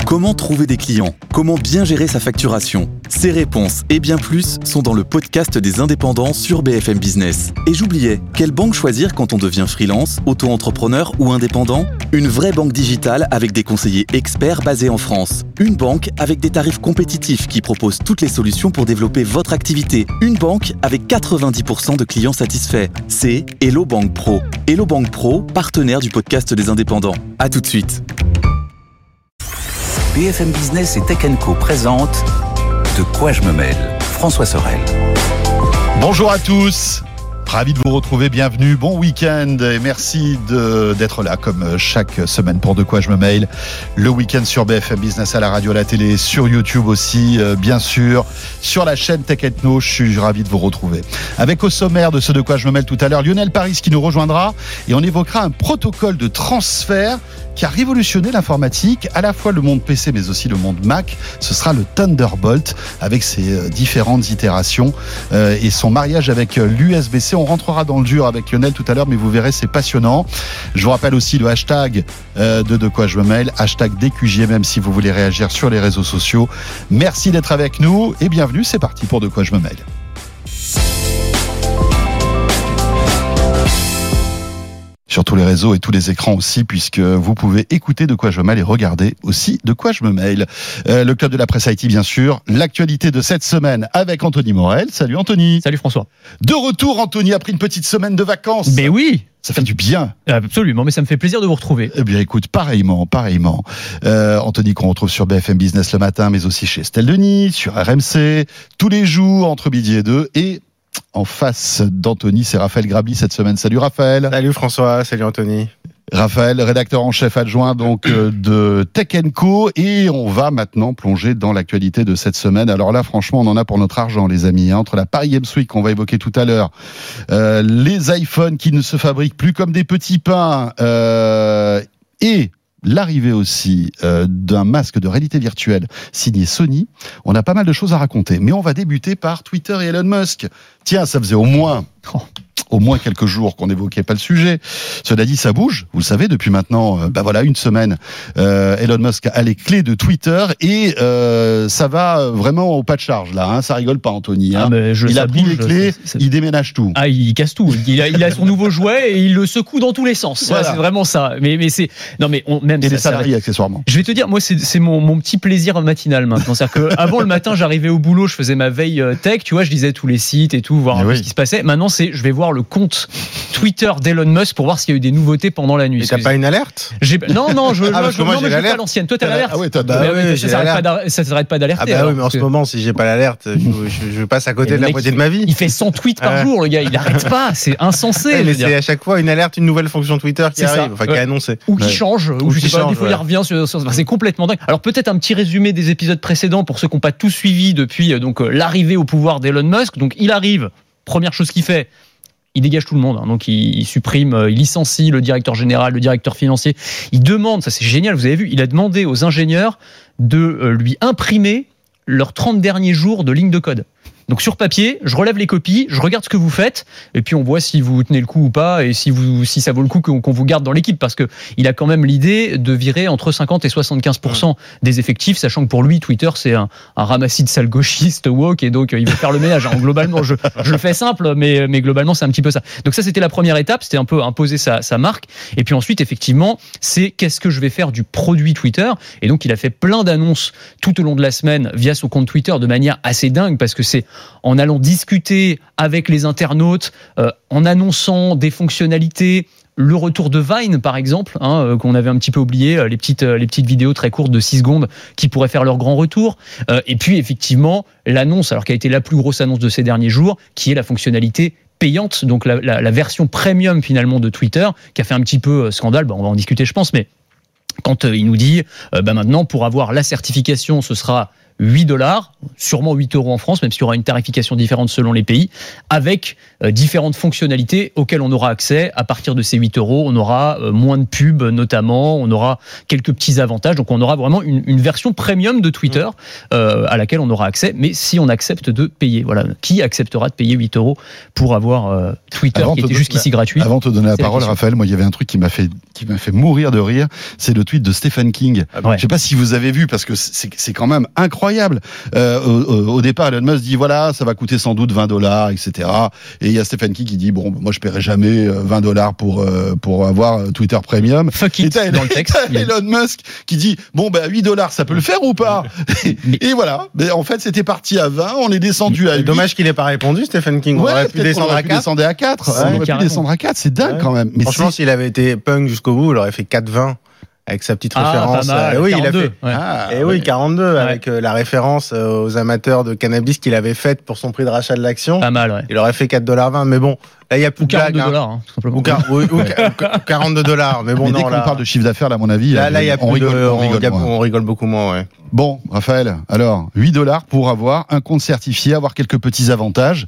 Comment trouver des clients ? Comment bien gérer sa facturation ? Ces réponses et bien plus sont dans le podcast des indépendants sur BFM Business. Et j'oubliais, quelle banque choisir quand on devient freelance, auto-entrepreneur ou indépendant ? Une vraie banque digitale avec des conseillers experts basés en France. Une banque avec des tarifs compétitifs qui propose toutes les solutions pour développer votre activité. Une banque avec 90% de clients satisfaits. C'est Hello Bank Pro. Hello Bank Pro, partenaire du podcast des indépendants. À tout de suite. BFM Business et Tech & Co présente De quoi je me mêle ? François Sorel. Bonjour à tous. Ravi de vous retrouver, bienvenue, bon week-end et merci d'être là comme chaque semaine pour De quoi je me mêle. Le week-end sur BFM Business, à la radio, à la télé, sur YouTube aussi, bien sûr, sur la chaîne Tech & Co. Je suis ravi de vous retrouver. Avec au sommaire de ce De quoi je me mêle tout à l'heure, Lionel Paris qui nous rejoindra et on évoquera un protocole de transfert qui a révolutionné l'informatique, à la fois le monde PC mais aussi le monde Mac. Ce sera le Thunderbolt avec ses différentes itérations et son mariage avec l'USB-C. On rentrera dans le dur avec Lionel tout à l'heure, mais vous verrez, c'est passionnant. Je vous rappelle aussi le hashtag de quoi je me mêle, hashtag DQJ, même si vous voulez réagir sur les réseaux sociaux. Merci d'être avec nous et bienvenue, c'est parti pour De quoi je me mêle. Sur tous les réseaux et tous les écrans aussi, puisque vous pouvez écouter De quoi je me mêle et regarder aussi De quoi je me mêle. Le club de la presse IT, bien sûr. L'actualité de cette semaine avec Anthony Morel. Salut Anthony. Salut François. De retour, Anthony, après une petite semaine de vacances. Mais oui. Ça fait du bien. Absolument, mais ça me fait plaisir de vous retrouver. Eh bien, écoute, pareillement. Anthony, qu'on retrouve sur BFM Business le matin, mais aussi chez Estelle Denis, sur RMC, tous les jours, entre midi et 2, et en face d'Anthony, c'est Raphaël Grabli cette semaine. Salut Raphaël. Salut François, salut Anthony. Raphaël, rédacteur en chef adjoint donc de Tech & Co, et on va maintenant plonger dans l'actualité de cette semaine. Alors là, franchement, on en a pour notre argent, les amis. Entre la Paris Games Week qu'on va évoquer tout à l'heure, les iPhones qui ne se fabriquent plus comme des petits pains, et l'arrivée aussi d'un masque de réalité virtuelle signé Sony, on a pas mal de choses à raconter. Mais on va débuter par Twitter et Elon Musk. Tiens, ça faisait au moins quelques jours qu'on n'évoquait pas le sujet. Cela dit, ça bouge. Vous le savez, depuis maintenant, une semaine, Elon Musk a les clés de Twitter et ça va vraiment au pas de charge là. Hein. Ça rigole pas, Anthony. Hein. Il a pris les clés, il déménage tout. Ah, il casse tout. Il a son nouveau jouet et il le secoue dans tous les sens. Voilà. C'est vraiment ça. Mais c'est même et les salariés accessoirement. Je vais te dire, moi, c'est mon petit plaisir matinal maintenant. C'est-à-dire que avant le matin, j'arrivais au boulot, je faisais ma veille tech. Tu vois, je lisais tous les sites et tout, voir un peu ce qui se passait. Maintenant, je vais voir le compte Twitter d'Elon Musk pour voir s'il y a eu des nouveautés pendant la nuit. Et t'as pas une alerte ? Non, je j'ai pas l'ancienne. Toi, t'as l'alerte. Ah ouais, ça s'arrête pas d'alerter. Ah bah oui, mais en ce moment, si j'ai pas l'alerte, je passe à côté de la moitié de ma vie. Il fait 100 tweets par jour, le gars. Il arrête pas. C'est insensé. Mais c'est à chaque fois une alerte, une nouvelle fonction Twitter qui arrive, qui est annoncée. Ou qui change, ou je sais pas, des fois il revient sur c'est complètement dingue. Alors peut-être un petit résumé des épisodes précédents pour ceux qui n'ont pas tout suivi depuis l'arrivée au pouvoir d'Elon Musk. Donc il arrive, première chose qu'il fait, il dégage tout le monde, hein. Donc il supprime, il licencie le directeur général, le directeur financier. Il demande, ça c'est génial, vous avez vu, il a demandé aux ingénieurs de lui imprimer leurs 30 derniers jours de ligne de code. Donc sur papier, je relève les copies, je regarde ce que vous faites, et puis on voit si vous tenez le coup ou pas, et si ça vaut le coup qu'on vous garde dans l'équipe, parce que il a quand même l'idée de virer entre 50 et 75% des effectifs, sachant que pour lui, Twitter, c'est un ramassis de sales gauchistes woke, et donc il veut faire le ménage. Alors, globalement, je le fais simple, mais globalement, c'est un petit peu ça. Donc ça, c'était la première étape, c'était un peu imposer sa marque, et puis ensuite, effectivement, c'est qu'est-ce que je vais faire du produit Twitter, et donc il a fait plein d'annonces tout au long de la semaine via son compte Twitter de manière assez dingue, parce que c'est en allant discuter avec les internautes, en annonçant des fonctionnalités, le retour de Vine par exemple, qu'on avait un petit peu oublié, les petites vidéos très courtes de 6 secondes qui pourraient faire leur grand retour, et puis effectivement l'annonce, alors qui a été la plus grosse annonce de ces derniers jours, qui est la fonctionnalité payante, donc la version premium finalement de Twitter, qui a fait un petit peu scandale, on va en discuter je pense, mais quand il nous dit maintenant pour avoir la certification ce sera $8, sûrement 8 € en France, même s'il y aura une tarification différente selon les pays, avec différentes fonctionnalités auxquelles on aura accès. À partir de ces 8 €, on aura moins de pubs notamment, on aura quelques petits avantages, donc on aura vraiment une version premium de Twitter à laquelle on aura accès, mais si on accepte de payer. Voilà. Qui acceptera de payer 8 € pour avoir Twitter qui était jusqu'ici gratuit? Avant de te donner la parole, Raphaël, moi il y avait un truc qui m'a fait mourir de rire, c'est le tweet de Stephen King. Ouais. Je sais pas si vous avez vu, parce que c'est quand même incroyable. Au départ, Elon Musk dit voilà, ça va coûter sans doute $20, etc. Et il y a Stephen King qui dit bon, moi je paierai jamais $20 pour avoir Twitter Premium. Fuck it, dans le texte. Elon Musk qui dit bon ben $8, ça peut le faire ou pas? Et voilà. Mais en fait, c'était parti à 20, on est descendu à 8. Dommage qu'il ait pas répondu, Stephen King. On aurait pu descendre à 4. On aurait pu descendre à 4, c'est dingue quand même. Mais franchement, s'il avait été punk jusqu'au bout, il aurait fait 4,20 avec sa petite référence. Pas mal, oui, 42, il a fait. Oui, 42 avec la référence aux amateurs de cannabis qu'il avait faite pour son prix de rachat de l'action. Pas mal, ouais. Il aurait fait $4,20, mais bon, là il y a plus de blague. $42, tout simplement. Ou $42, mais bon, mais non, dès qu'on là, parle de chiffre d'affaires, là, à mon avis, là, il y a on rigole beaucoup moins, ouais. Bon, Raphaël, alors, $8 pour avoir un compte certifié, avoir quelques petits avantages.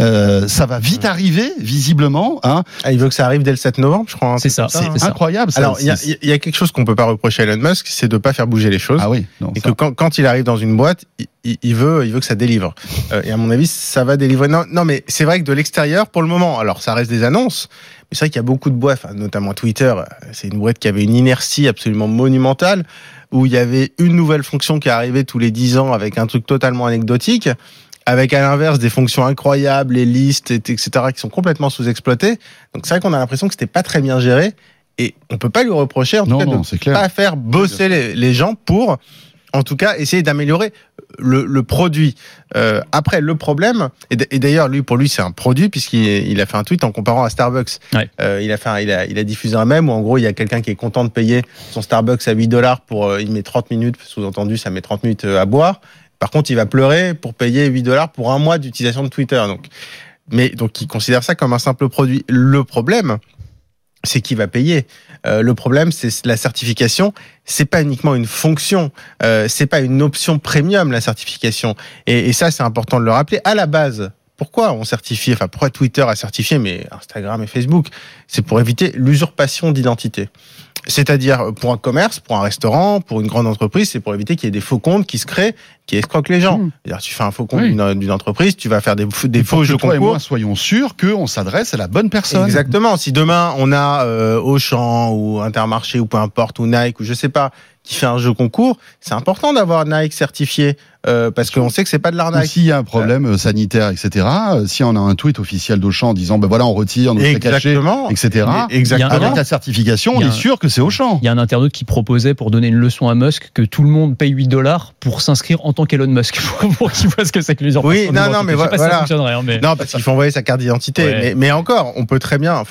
Ça va vite arriver, visiblement, hein. Il veut que ça arrive dès le 7 novembre, je crois. C'est ça. C'est incroyable, ça. Alors, il y a quelque chose qu'on peut pas reprocher à Elon Musk, c'est de pas faire bouger les choses. Ah oui. Non, et que quand il arrive dans une boîte, il veut que ça délivre. Et à mon avis, ça va délivrer. Non, mais c'est vrai que de l'extérieur, pour le moment, alors ça reste des annonces, mais c'est vrai qu'il y a beaucoup de boîtes, notamment Twitter, c'est une boîte qui avait une inertie absolument monumentale, où il y avait une nouvelle fonction qui arrivait tous les 10 ans avec un truc totalement anecdotique, avec à l'inverse des fonctions incroyables, les listes, etc., qui sont complètement sous-exploitées. Donc c'est vrai qu'on a l'impression que c'était pas très bien géré, et on peut pas lui reprocher en tout cas de pas faire bosser les gens pour, en tout cas, essayer d'améliorer le produit. Après, le problème, et d'ailleurs, pour lui, c'est un produit, puisqu'il a fait un tweet en comparant à Starbucks. Ouais. Il a diffusé un mème où, en gros, il y a quelqu'un qui est content de payer son Starbucks à $8 pour, il met 30 minutes, sous-entendu, ça met 30 minutes à boire. Par contre, il va pleurer pour payer $8 pour un mois d'utilisation de Twitter. Donc, il considère ça comme un simple produit. Le problème, c'est qui va payer. Le problème, c'est la certification. C'est pas uniquement une fonction. C'est pas une option premium, la certification. Et ça, c'est important de le rappeler. À la base, pourquoi on certifie, pourquoi Twitter a certifié, mais Instagram et Facebook? C'est pour éviter l'usurpation d'identité. C'est-à-dire, pour un commerce, pour un restaurant, pour une grande entreprise, c'est pour éviter qu'il y ait des faux comptes qui se créent, qui escroquent les gens. C'est-à-dire, tu fais un faux compte d'une entreprise, tu vas faire des faux jeux concours. Et moi, soyons sûrs qu'on s'adresse à la bonne personne. Exactement. Si demain, on a Auchan ou Intermarché ou peu importe, ou Nike ou je sais pas, qui fait un jeu concours, c'est important d'avoir Nike certifié parce qu'on sait que c'est pas de l'arnaque. S'il y a un problème sanitaire, etc., si on a un tweet officiel d'Auchan disant ben voilà, on retire nos frais cachés, etc., avec la certification, on est sûr que c'est Auchan. Il y a un internaute qui proposait, pour donner une leçon à Musk, que tout le monde paye $8 pour s'inscrire en tant qu'Elon Musk, pour qu'il voit ce que c'est que l'usurpation. Oui, non, mais voilà. Ça fonctionnerait, mais... Non, parce qu'il faut envoyer sa carte d'identité. Ouais. Mais encore, on peut très bien,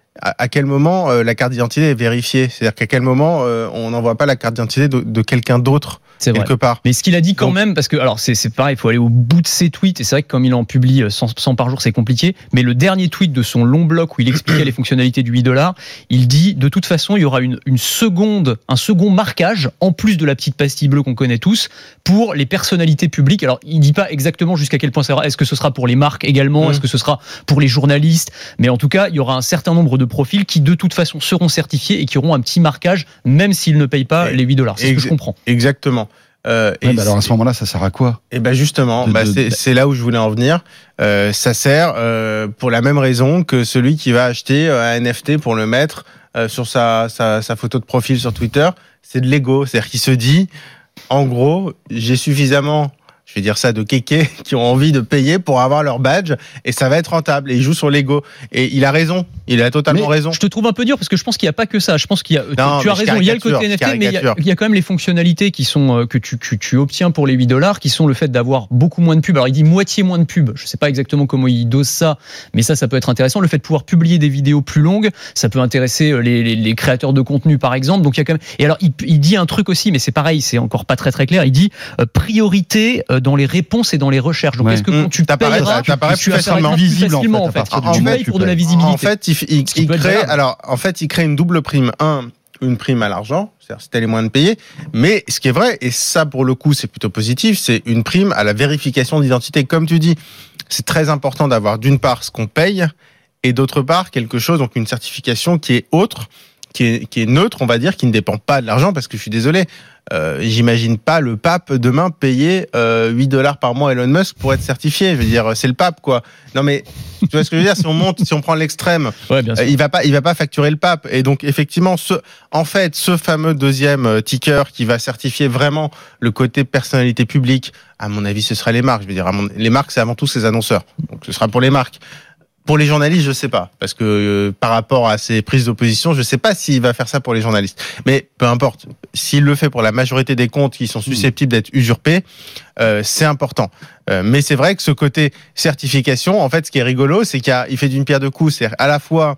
à quel moment la carte d'identité est vérifiée? C'est-à-dire qu'à quel moment on n'envoie pas la carte d'identité de quelqu'un d'autre quelque part? Mais ce qu'il a dit quand même, parce que alors c'est pareil, il faut aller au bout de ses tweets, et c'est vrai que comme il en publie 100 par jour, c'est compliqué, mais le dernier tweet de son long bloc où il expliquait les fonctionnalités du $8, il dit de toute façon il y aura un second marquage en plus de la petite pastille bleue qu'on connaît tous pour les personnalités publiques. Alors il dit pas exactement jusqu'à quel point ça sera, est-ce que ce sera pour les marques également, est-ce que ce sera pour les journalistes, mais en tout cas il y aura un certain nombre de profils qui de toute façon seront certifiés et qui auront un petit marquage même s'ils ne payent pas les $8. C'est ce que je comprends. Exactement. Alors à ce moment-là, ça sert à quoi? Justement, c'est là où je voulais en venir. Ça sert pour la même raison que celui qui va acheter un NFT pour le mettre sur sa photo de profil sur Twitter. C'est de l'ego, c'est-à-dire qu'il se dit, en gros, j'ai suffisamment, je vais dire ça, de kékés qui ont envie de payer pour avoir leur badge et ça va être rentable. Et il joue sur l'ego. Et il a raison. Il a totalement raison. Je te trouve un peu dur parce que je pense qu'il n'y a pas que ça. Je pense qu'il y a, tu as raison, il y a le côté NFT, mais il y a quand même les fonctionnalités qui sont, que tu obtiens pour les $8, qui sont le fait d'avoir beaucoup moins de pubs. Alors il dit moitié moins de pubs. Je sais pas exactement comment il dose ça, mais ça peut être intéressant. Le fait de pouvoir publier des vidéos plus longues, ça peut intéresser les créateurs de contenu par exemple. Donc il y a quand même, et alors il dit un truc aussi, mais c'est pareil, c'est encore pas très clair. Il dit priorité dans les réponses et dans les recherches. Donc est-ce que quand tu payeras, tu facilement visible en fait. Tu payes pour de la visibilité. En fait, il crée une double prime. Une prime à l'argent, c'est-à-dire si t'as les moyens de payer. Mais ce qui est vrai, et ça pour le coup c'est plutôt positif, c'est une prime à la vérification d'identité. Comme tu dis, c'est très important d'avoir d'une part ce qu'on paye et d'autre part quelque chose, donc une certification qui est autre, qui est neutre, on va dire, qui ne dépend pas de l'argent, parce que je suis désolé, j'imagine pas le pape demain payer $8 par mois à Elon Musk pour être certifié. Je veux dire, c'est le pape, quoi. Non mais tu vois ce que je veux dire, si on prend l'extrême, il va pas facturer le pape. Et donc effectivement, ce fameux deuxième ticker qui va certifier vraiment le côté personnalité publique, à mon avis, ce sera les marques. Je veux dire, les marques, c'est avant tout ces annonceurs. Donc ce sera pour les marques. Pour les journalistes, je sais pas, parce que par rapport à ces prises d'opposition, je sais pas s'il va faire ça pour les journalistes. Mais peu importe, s'il le fait pour la majorité des comptes qui sont susceptibles d'être usurpés, c'est important. Mais c'est vrai que ce côté certification, en fait, ce qui est rigolo, c'est qu'il fait d'une pierre deux coups. C'est à la fois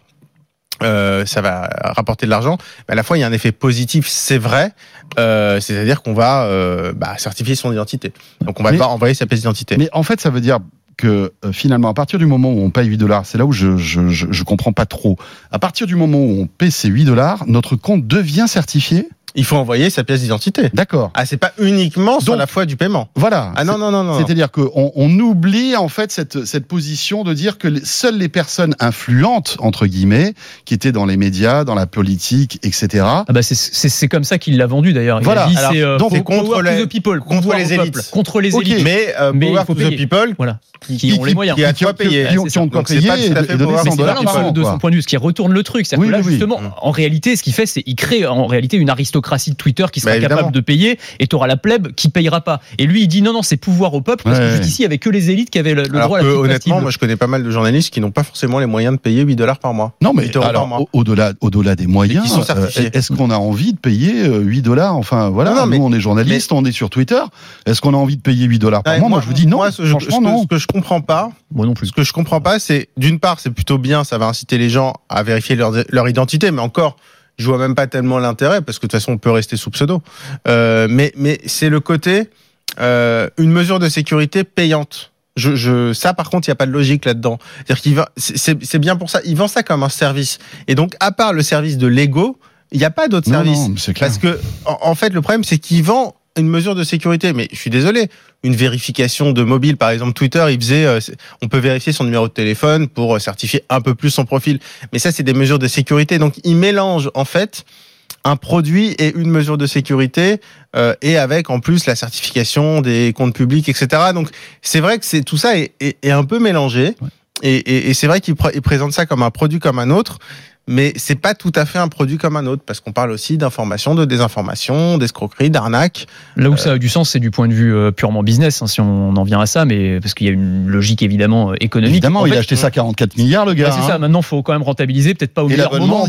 ça va rapporter de l'argent, mais à la fois il y a un effet positif, c'est vrai. C'est-à-dire qu'on va certifier son identité. Donc on va devoir envoyer sa pièce d'identité. Mais en fait, ça veut dire que finalement, à partir du moment où on paye $8, c'est là où je comprends pas trop. À partir du moment où on paie ces $8, notre compte devient certifié. Il faut envoyer sa pièce d'identité. D'accord. Ah, c'est pas uniquement sur la foi du paiement. Voilà. Ah non. C'est-à-dire qu'on oublie en fait cette position de dire que seules les personnes influentes entre guillemets, qui étaient dans les médias, dans la politique, etc. Ah bah c'est comme ça qu'il l'a vendu d'ailleurs. Voilà. Il a dit, donc c'est contre les people, contre les élites, contre les élites. Mais power to the people, voilà, qui ont les moyens, qui a quoi payer, qui ont quoi payer et donner $100 de son point de vue, ce qui retourne le truc. C'est-à-dire que là justement, en réalité, ce qu'il fait, c'est il crée en réalité une aristocratie de Twitter qui sera capable de payer, et tu auras la plèbe qui payera pas. Et lui, il dit non, c'est pouvoir au peuple, parce que jusqu'ici, il y avait que les élites qui avaient le droit à la petite honnêtement, moi, je connais pas mal de journalistes qui n'ont pas forcément les moyens de payer $8 par mois. Non, mais alors, au-delà des moyens, est-ce qu'on a envie de payer $8? Enfin, voilà, nous, on est journalistes, on est sur Twitter. Est-ce qu'on a envie de payer $8 par mois? Moi, je vous dis non. Franchement, non. Ce que je comprends pas, moi non plus. Ce que je comprends pas, c'est d'une part, c'est plutôt bien, ça va inciter les gens à vérifier leur identité, mais encore, je vois même pas tellement l'intérêt, parce que de toute façon, on peut rester sous pseudo. Mais c'est le côté une mesure de sécurité payante. Ça, par contre, il y a pas de logique là-dedans. C'est-à-dire c'est bien pour ça. Il vend ça comme un service. Et donc, à part le service de l'ego, il n'y a pas d'autre service. Non, c'est clair. Parce que, en fait, le problème, c'est qu'il vend une mesure de sécurité. Mais je suis désolé. Une vérification de mobile, par exemple, Twitter, on peut vérifier son numéro de téléphone pour certifier un peu plus son profil. Mais ça, c'est des mesures de sécurité. Donc, il mélange, en fait, un produit et une mesure de sécurité, et avec, en plus, la certification des comptes publics, etc. Donc, c'est vrai que tout ça est un peu mélangé. Ouais. Et c'est vrai qu'il présente ça comme un produit comme un autre. Mais c'est pas tout à fait un produit comme un autre, parce qu'on parle aussi d'information, de désinformation, d'escroquerie, d'arnaque. Là où ça a du sens, c'est du point de vue purement business, si on en vient à ça, mais parce qu'il y a une logique évidemment économique. Évidemment, il a acheté ça 44 milliards, le gars. C'est ça. Maintenant, faut quand même rentabiliser, peut-être pas au meilleur moment.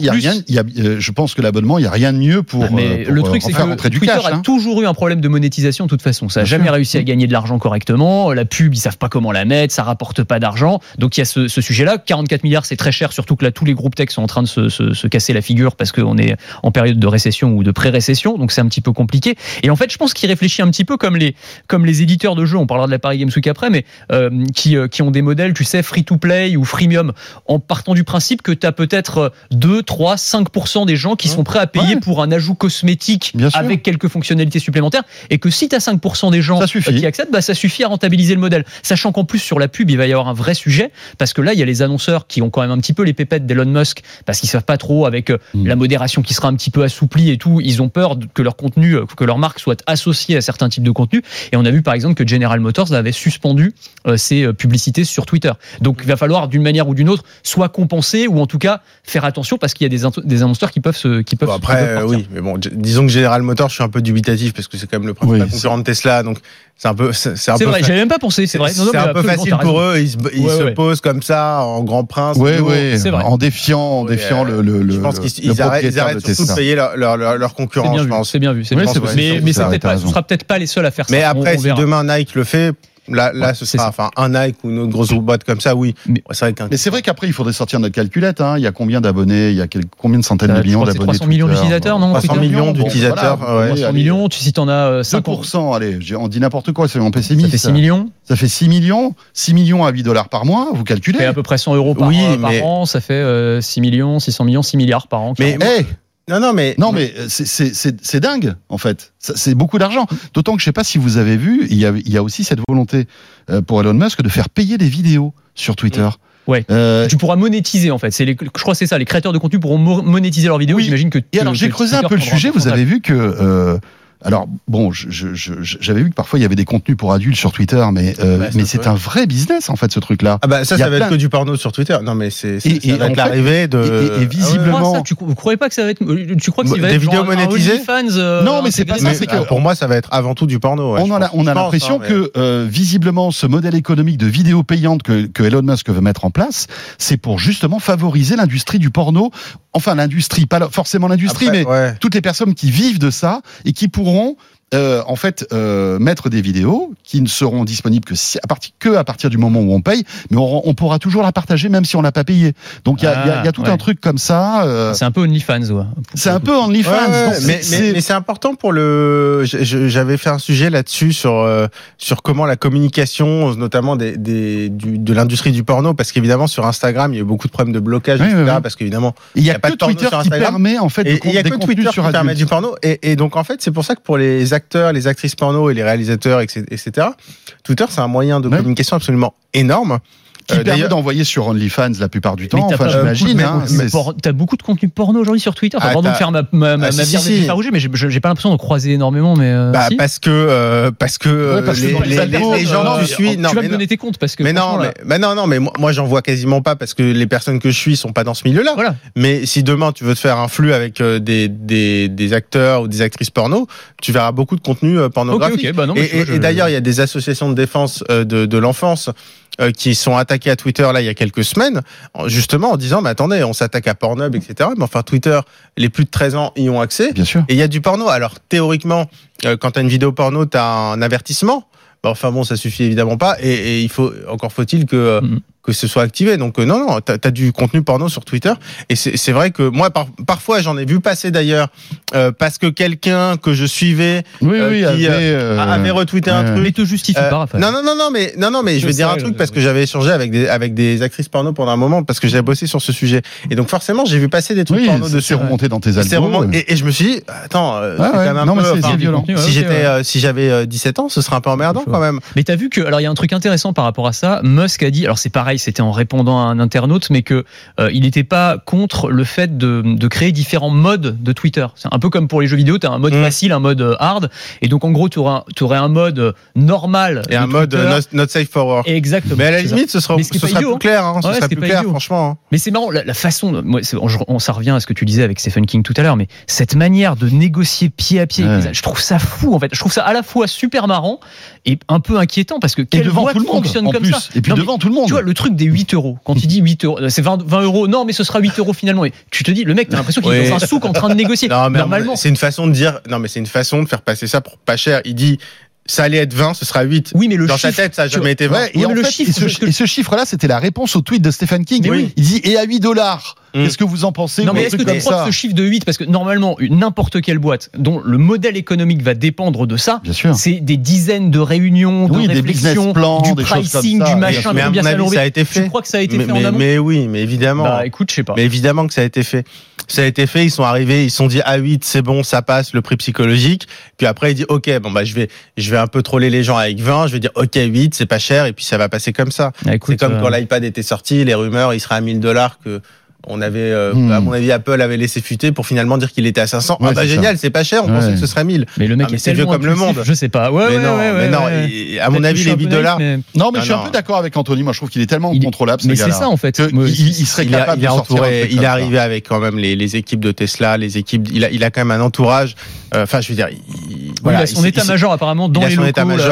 Je pense que l'abonnement, il y a rien de mieux pour. Mais le truc, c'est que Twitter a toujours eu un problème de monétisation de toute façon. Ça a jamais réussi à gagner de l'argent correctement. La pub, ils savent pas comment la mettre, ça rapporte pas d'argent. Donc il y a ce sujet-là. 44 milliards, c'est très cher, surtout que là, tous les groupes tech sont en train de se casser la figure parce qu'on est en période de récession ou de pré-récession, donc c'est un petit peu compliqué. Et en fait, je pense qu'il réfléchit un petit peu comme les éditeurs de jeux, on parlera de la Paris Games Week après, mais qui ont des modèles, tu sais, free-to-play ou freemium, en partant du principe que tu as peut-être 2, 3, 5% des gens qui sont prêts à payer pour un ajout cosmétique avec quelques fonctionnalités supplémentaires, et que si tu as 5% des gens qui acceptent, ça suffit à rentabiliser le modèle. Sachant qu'en plus, sur la pub, il va y avoir un vrai sujet, parce que là, il y a les annonceurs qui ont quand même un petit peu les pépettes d'Elon Musk, parce qu'ils savent pas trop, avec la modération qui sera un petit peu assouplie et tout, ils ont peur que leur contenu, que leur marque soit associée à certains types de contenus. Et on a vu par exemple que General Motors avait suspendu ses publicités sur Twitter. Donc il va falloir d'une manière ou d'une autre soit compenser, ou en tout cas faire attention, parce qu'il y a des annonceurs qui peuvent après oui, mais bon, disons que General Motors, je suis un peu du dubitatif, parce que c'est quand même le principal concurrent de Tesla, donc c'est vrai, j'avais même pas pensé, c'est vrai. C'est un peu facile pour eux, ils se posent comme ça en grand prince. C'est vrai. En défiant je pense qu'ils arrêtent surtout de payer leurs concurrents, je pense. C'est bien vu. Mais ça sera peut-être pas les seuls à faire ça. Mais après, si demain Nike le fait, là ce sera un Nike ou une autre grosse boîte comme ça, oui. Mais c'est vrai qu'après, il faudrait sortir notre calculette. Il y a combien d'abonnés? Il y a combien de centaines de millions d'abonnés? 300 millions d'utilisateurs, non? 300 millions d'utilisateurs. 300 millions, si t'en as 5%, allez, on dit n'importe quoi, c'est mon pessimiste. Ça fait 6 millions. Ça fait 6 millions. 6 millions à $8 par mois, vous calculez. Ça fait à peu près 100 euros par an, ça fait 6 millions, 600 millions, 6 milliards par an. Mais Non, mais c'est dingue, en fait. C'est beaucoup d'argent. D'autant que je sais pas si vous avez vu, il y a aussi cette volonté pour Elon Musk de faire payer des vidéos sur Twitter. Ouais. Tu pourras monétiser, en fait. Je crois que c'est ça. Les créateurs de contenu pourront monétiser leurs vidéos. Oui. J'imagine que. Et alors, j'ai creusé un peu le sujet. Vous avez vu que. Alors bon, j'avais vu que parfois il y avait des contenus pour adultes sur Twitter, mais c'est un vrai business en fait ce truc-là. Ah bah ça va être que du porno sur Twitter. Non mais ça va être l'arrivée de. Et visiblement. Vous croyez pas que ça va être. Tu crois que ça va des être vidéos monétisées Non, mais c'est pas ça. C'est que pour moi ça va être avant tout du porno. Ouais, on a l'impression que visiblement ce modèle économique de vidéos payantes que Elon Musk veut mettre en place, c'est pour justement favoriser l'industrie du porno. Enfin l'industrie, pas forcément l'industrie, mais toutes les personnes qui vivent de ça et qui pourront en fait mettre des vidéos qui ne seront disponibles que à partir du moment où on paye, mais on pourra toujours la partager même si on l'a pas payé. Donc il y a tout un truc comme ça. C'est un peu OnlyFans, ouais. C'est un peu OnlyFans. Mais c'est important pour le. J'avais fait un sujet là-dessus sur comment la communication, notamment de l'industrie du porno, parce qu'évidemment sur Instagram il y a eu beaucoup de problèmes de blocage, etc. Parce qu'évidemment il y a pas de Twitter qui permet en fait il y a que Twitter qui permet du porno et donc en fait c'est pour ça que pour les acteurs, les actrices porno et les réalisateurs, etc. Twitter, c'est un moyen de communication absolument énorme. Qui permet d'envoyer sur OnlyFans la plupart du temps. Enfin, j'imagine. T'as beaucoup de contenu porno aujourd'hui sur Twitter. Pardon de faire ma bière des farouchés, mais j'ai pas l'impression de croiser énormément. Mais si. Parce que les gens que tu suis. Tu vas me donner tes comptes parce que. Mais moi j'en vois quasiment pas parce que les personnes que je suis sont pas dans ce milieu-là. Voilà. Mais si demain tu veux te faire un flux avec des acteurs ou des actrices porno, tu verras beaucoup de contenu pornographique. Et d'ailleurs, il y a des associations de défense de l'enfance qui sont attaqués à Twitter là il y a quelques semaines, justement en disant mais attendez, on s'attaque à Pornhub, etc. Mais enfin Twitter, les plus de 13 ans y ont accès. Bien sûr. Et il y a du porno. Alors théoriquement, quand t'as une vidéo porno, t'as un avertissement. Enfin bon, ça suffit évidemment pas. Et faut-il que ce soit activé. Donc non, t'as du contenu porno sur Twitter. Et c'est vrai que moi, parfois, j'en ai vu passer d'ailleurs, parce que quelqu'un que je suivais avait retweeté un truc. Mais te justifie pas, Raphaël. Non, mais je vais dire un truc parce que j'avais échangé avec des actrices porno pendant un moment parce que j'avais bossé sur ce sujet. Et donc forcément, j'ai vu passer des trucs porno dessus. C'est remonté dans tes albums. Et je me suis dit, attends, c'est quand même un peu... c'est violent. Si j'avais 17 ans, ce serait un peu emmerdant quand même. Mais t'as vu que, alors il y a un truc intéressant par rapport à ça. Musk a dit, alors c'est pareil, c'était en répondant à un internaute, mais que il n'était pas contre le fait de créer différents modes de Twitter. C'est un peu comme pour les jeux vidéo, tu as un mode facile, un mode hard, et donc en gros tu aurais un mode normal et un mode not safe for work. Exactement. Mais à la limite, ce sera plus clair, ce sera plus clair, franchement. Mais c'est marrant, la façon, ça revient à ce que tu disais avec Stephen King tout à l'heure, mais cette manière de négocier pied à pied, je trouve ça fou en fait. Je trouve ça à la fois super marrant et un peu inquiétant parce que quelle boîte fonctionne comme ça. Et puis devant tout le monde. Tu vois le truc des 8 €. Quand il dit 8 €, c'est 20 €. Non, mais ce sera 8 € finalement. Et tu te dis, le mec, t'as l'impression qu'il est dans un souk en train de négocier. Non, mais normalement. C'est une façon de dire, c'est une façon de faire passer ça pour pas cher. Il dit, ça allait être 20, ce sera 8. Oui, mais dans sa tête, ça a jamais été 20. Et ce chiffre-là, c'était la réponse au tweet de Stephen King. Il dit, et à 8 $. Qu'est-ce que vous en pensez? Non, mais est-ce que tu crois que ce chiffre de 8, parce que normalement, n'importe quelle boîte dont le modèle économique va dépendre de ça, c'est des dizaines de réunions, de réflexions, du pricing, du machin, mais à mon avis, ça a été fait. Tu crois que ça a été fait en amont? Mais oui, mais évidemment. Bah, écoute, je sais pas. Mais évidemment que ça a été fait. Ça a été fait, ils sont arrivés, ils se sont dit, ah 8, c'est bon, ça passe, le prix psychologique. Puis après, il dit, ok, bon, bah, je vais un peu troller les gens avec 20, je vais dire, ok, 8, c'est pas cher, et puis ça va passer comme ça. Ah, écoute, c'est comme quand l'iPad était sorti, les rumeurs, il serait à 1 000 $ que on avait, à mon avis, Apple avait laissé fuiter pour finalement dire qu'il était à 500. Ah bah génial, c'est pas cher, on pensait que ce serait 1000. Mais le mec est vieux comme le monde. Je sais pas. Mais non, à mon avis, les 8 $. Non, mais je suis un peu d'accord avec Anthony. Moi, je trouve qu'il est tellement incontrôlable. Mais c'est ça, en fait. Il serait capable de sortir. Il est arrivé avec quand même les équipes de Tesla, les équipes, il a quand même un entourage. Enfin, je veux dire, il a son état-major apparemment dans les locaux.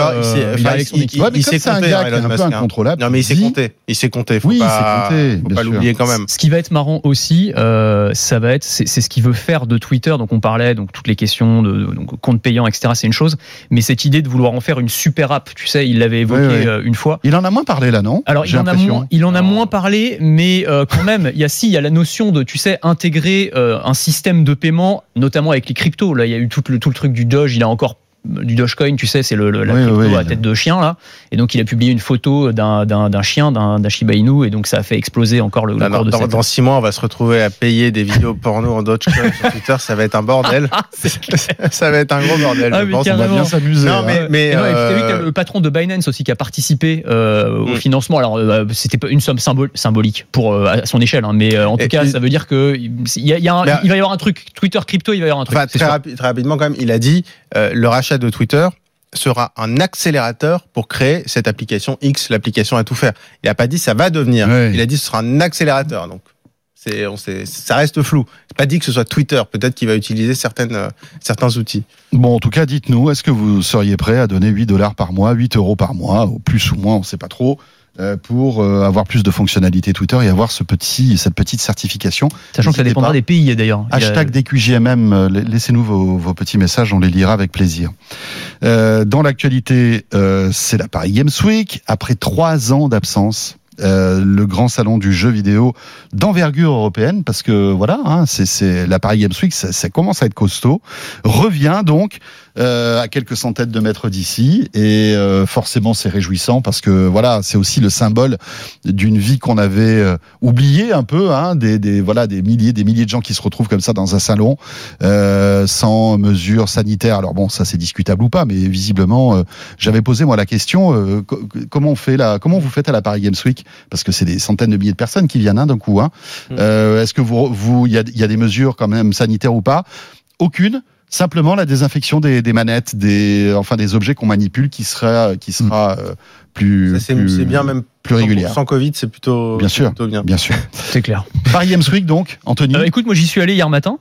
Il s'est compté, Elon Musk. Non, mais il s'est compté. Faut pas l'oublier quand même. Ce qui va être marrant aussi, ça va être, c'est ce qu'il veut faire de Twitter. Donc on parlait, donc toutes les questions de compte payant, etc. C'est une chose, mais cette idée de vouloir en faire une super app, tu sais, il l'avait évoqué une fois. Il en a moins parlé là, non? Alors il en a moins parlé, mais quand même, il y a la notion de, tu sais, intégrer un système de paiement, notamment avec les cryptos. Là, il y a eu tout le truc du Doge. Il a encore du Dogecoin, tu sais, c'est la crypto à tête de chien là, et donc il a publié une photo d'un chien, d'un Shiba Inu, et donc ça a fait exploser encore le cours de dans 6 mois, on va se retrouver à payer des vidéos porno en Dogecoin sur Twitter, ça va être un bordel. Ça va être un gros bordel. Je pense. On va bien s'amuser. Non, mais tu as vu que le patron de Binance aussi qui a participé au financement. Alors c'était pas une somme symbolique pour à son échelle, hein, mais en tout cas, ça veut dire que il va y avoir un truc. Twitter crypto, il va y avoir un truc. Enfin, très rapidement quand même, il a dit le rachat de Twitter sera un accélérateur pour créer cette application X, l'application à tout faire. Il n'a pas dit ça va devenir. Il a dit ce sera un accélérateur. Donc ça reste flou. C'est pas dit que ce soit Twitter. Peut-être qu'il va utiliser certains outils. Bon, en tout cas, dites-nous, est-ce que vous seriez prêt à donner $8 par mois, 8 € par mois, ou plus ou moins, on ne sait pas trop, pour avoir plus de fonctionnalités Twitter et avoir cette petite certification. Sachant que ça dépendra des pays d'ailleurs. #DQJMM, laissez-nous vos petits messages, on les lira avec plaisir. Dans l'actualité, c'est la Paris Games Week. Après 3 ans d'absence, le grand salon du jeu vidéo d'envergure européenne, parce que voilà, c'est la Paris Games Week, ça commence à être costaud, revient donc à quelques centaines de mètres d'ici, et forcément c'est réjouissant parce que voilà, c'est aussi le symbole d'une vie qu'on avait oubliée un peu, des milliers de gens qui se retrouvent comme ça dans un salon sans mesures sanitaires. Alors bon, ça c'est discutable ou pas, mais visiblement j'avais posé moi la question, comment vous faites à la Paris Games Week, parce que c'est des centaines de milliers de personnes qui viennent d'un coup. Est-ce que il y a des mesures quand même sanitaires ou pas? Aucune. Simplement la désinfection des manettes, des objets qu'on manipule qui sera plus bien, même plus régulière. Sans Covid, c'est plutôt bien sûr. C'est clair. Paris Games Week donc, Anthony. Écoute, moi j'y suis allé hier matin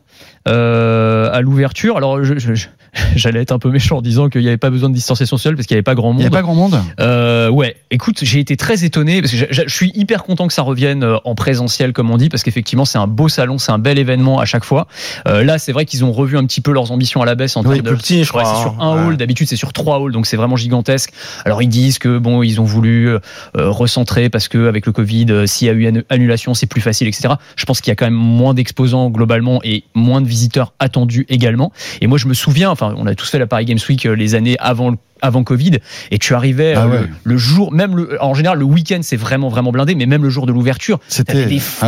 à l'ouverture. Alors j'allais être un peu méchant en disant qu'il n'y avait pas besoin de distanciation sociale parce qu'il n'y avait pas grand monde. Il n'y avait pas grand monde. Ouais. Écoute, j'ai été très étonné parce que je suis hyper content que ça revienne en présentiel comme on dit, parce qu'effectivement c'est un beau salon, c'est un bel événement à chaque fois. Là, c'est vrai qu'ils ont revu un petit peu leurs ambitions à la baisse en termes de. Petit, je crois. C'est sur un hall. D'habitude c'est sur 3 halls, donc c'est vraiment gigantesque. Alors ils disent que bon, ils ont voulu recentrer parce que avec le Covid, s'il y a eu une annulation, c'est plus facile, etc. Je pense qu'il y a quand même moins d'exposants globalement et moins de visiteurs attendus également. Et moi je me souviens, on a tous fait la Paris Games Week les années avant Covid, et tu arrivais le jour, même en général le week-end c'est vraiment blindé, mais même le jour de l'ouverture c'était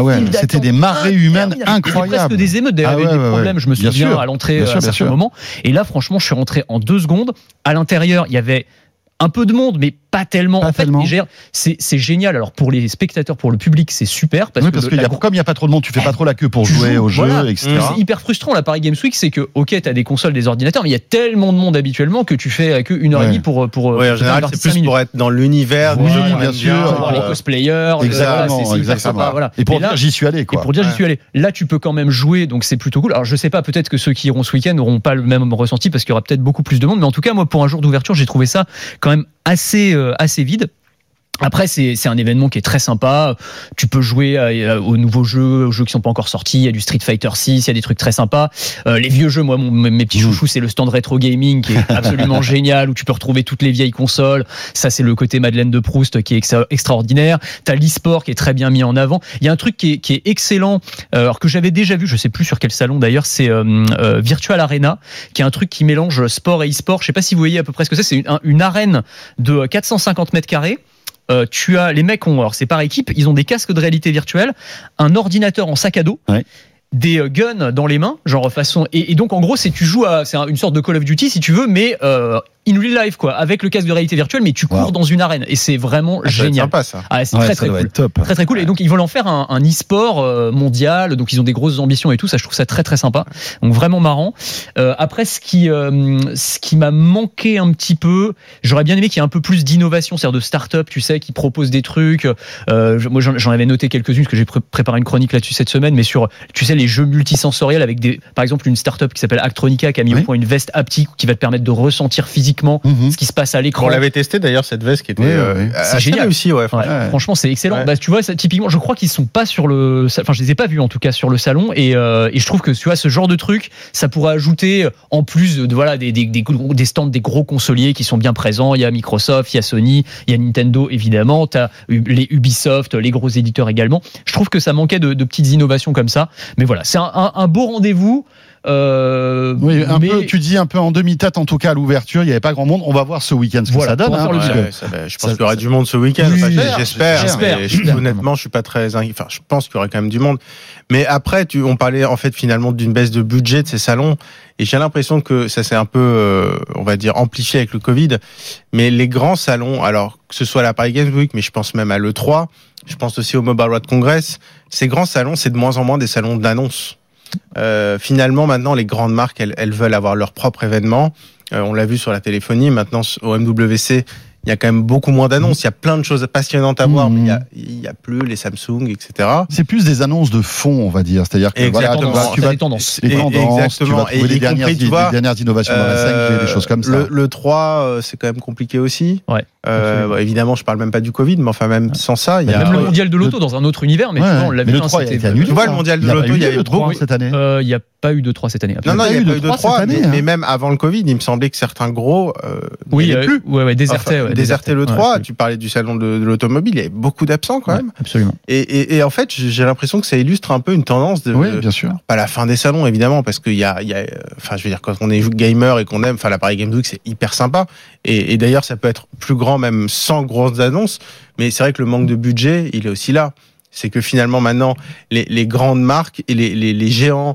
des marées humaines incroyables, presque des émeutes d'ailleurs, il y avait des problèmes, je me souviens à l'entrée à certains moments, et là franchement je suis rentré en 2 secondes. À l'intérieur il y avait un peu de monde, mais pas tellement. C'est génial. Alors pour les spectateurs, pour le public, c'est super parce que comme il y a pas trop de monde, tu fais pas trop la queue pour jouer au jeu, etc. C'est hyper frustrant la Paris Games Week, c'est que t'as des consoles, des ordinateurs, mais il y a tellement de monde habituellement que tu fais que 1h30 pour. En général, c'est plus pour être dans l'univers. Bien sûr. Voir les cosplayers. Exactement. Voilà. Et pour dire j'y suis allé, quoi. Et pour dire j'y suis allé. Là, tu peux quand même jouer, donc c'est plutôt cool. Alors je sais pas, peut-être que ceux qui iront ce week-end n'auront pas le même ressenti parce qu'il y aura peut-être beaucoup plus de monde, mais en tout cas, moi, pour un jour d'ouverture, j'ai trouvé ça quand même assez vide. Après, c'est un événement qui est très sympa. Tu peux jouer aux nouveaux jeux, aux jeux qui sont pas encore sortis. Il y a du Street Fighter 6, il y a des trucs très sympas. Les vieux jeux, moi, mes petits chouchous, c'est le stand rétro gaming qui est absolument génial, où tu peux retrouver toutes les vieilles consoles. Ça, c'est le côté Madeleine de Proust qui est extraordinaire. T'as l'e-sport qui est très bien mis en avant. Il y a un truc qui est excellent, alors que j'avais déjà vu, je sais plus sur quel salon d'ailleurs, c'est Virtual Arena, qui est un truc qui mélange sport et e-sport. Je sais pas si vous voyez à peu près ce que c'est. C'est une arène de 450 mètres carrés. Tu as les mecs alors c'est par équipe, ils ont des casques de réalité virtuelle, un ordinateur en sac à dos, des guns dans les mains, genre façon et donc en gros c'est une sorte de Call of Duty si tu veux, mais in real life quoi, avec le casque de réalité virtuelle, mais tu cours dans une arène et c'est vraiment génial. C'est sympa ça. C'est très cool. Très cool. Et donc ils veulent en faire un e-sport mondial, donc ils ont des grosses ambitions et tout, ça je trouve ça très sympa. Donc vraiment marrant. Après ce qui m'a manqué un petit peu, j'aurais bien aimé qu'il y ait un peu plus d'innovation, c'est-à-dire de start-up, tu sais, qui proposent des trucs. Moi j'en avais noté quelques-unes parce que j'ai préparé une chronique là-dessus cette semaine, mais sur, tu sais, les jeux multisensoriels avec par exemple une start-up qui s'appelle Actronica qui a mis au point une veste haptique qui va te permettre de ressentir physiquement ce qui se passe à l'écran. On l'avait testé d'ailleurs cette veste qui était c'est génial aussi. Franchement c'est excellent. Tu vois ça, typiquement je crois qu'ils sont pas sur le, enfin je les ai pas vus en tout cas sur le salon, et je trouve que tu vois ce genre de truc ça pourrait ajouter en plus des stands des gros consoliers qui sont bien présents. Il y a Microsoft, il y a Sony, il y a Nintendo évidemment, t'as les Ubisoft, les gros éditeurs également. Je trouve que ça manquait de petites innovations comme ça, mais voilà, c'est un beau rendez-vous. Oui, peu, tu dis un peu en demi-tête, en tout cas à l'ouverture, il n'y avait pas grand monde. On va voir ce week-end ce que ça donne. Je pense qu'il y aura du monde ce week-end. Oui, j'espère. Honnêtement, je suis pas très inquiet. Enfin, je pense qu'il y aura quand même du monde. Mais après, on parlait en fait finalement d'une baisse de budget de ces salons. Et j'ai l'impression que ça s'est un peu, on va dire, amplifié avec le Covid. Mais les grands salons, alors que ce soit la Paris Games Week, mais je pense même à l'E3, je pense aussi au Mobile World Congress, ces grands salons, c'est de moins en moins des salons d'annonces. Finalement, maintenant, les grandes marques, elles veulent avoir leur propre événement. On l'a vu sur la téléphonie. Maintenant, au MWC, il y a quand même beaucoup moins d'annonces. Il y a plein de choses passionnantes à voir, mais il y a plus les Samsung, etc. C'est plus des annonces de fond, on va dire. C'est-à-dire que voilà, tu vas les tendances. Tu vas trouver les dernières innovations dans la 5G, des choses comme ça. Le 3, c'est quand même compliqué aussi. Ouais. Évidemment, je parle même pas du Covid, mais enfin même sans ça, il y a même le mondial de l'auto dans un autre univers, mais on l'avait vu. Tu vois, le mondial de l'auto, il y avait beaucoup cette année. Il n'y a pas eu de 3 cette année. Non, il y a eu de 3, mais même avant le Covid, il me semblait que certains gros désertaient le 3. Tu parlais du salon de l'automobile, il y avait beaucoup d'absents quand même. Absolument. Et en fait, j'ai l'impression que ça illustre un peu une tendance de. Oui, bien sûr. Pas la fin des salons, évidemment, parce qu'il y a, enfin, je veux dire, quand on est gamer et qu'on aime, enfin, la Paris Games Week, c'est hyper sympa. Et d'ailleurs, ça peut être plus grand même sans grosses annonces. Mais c'est vrai que le manque de budget, il est aussi là. C'est que finalement, maintenant, les grandes marques et les géants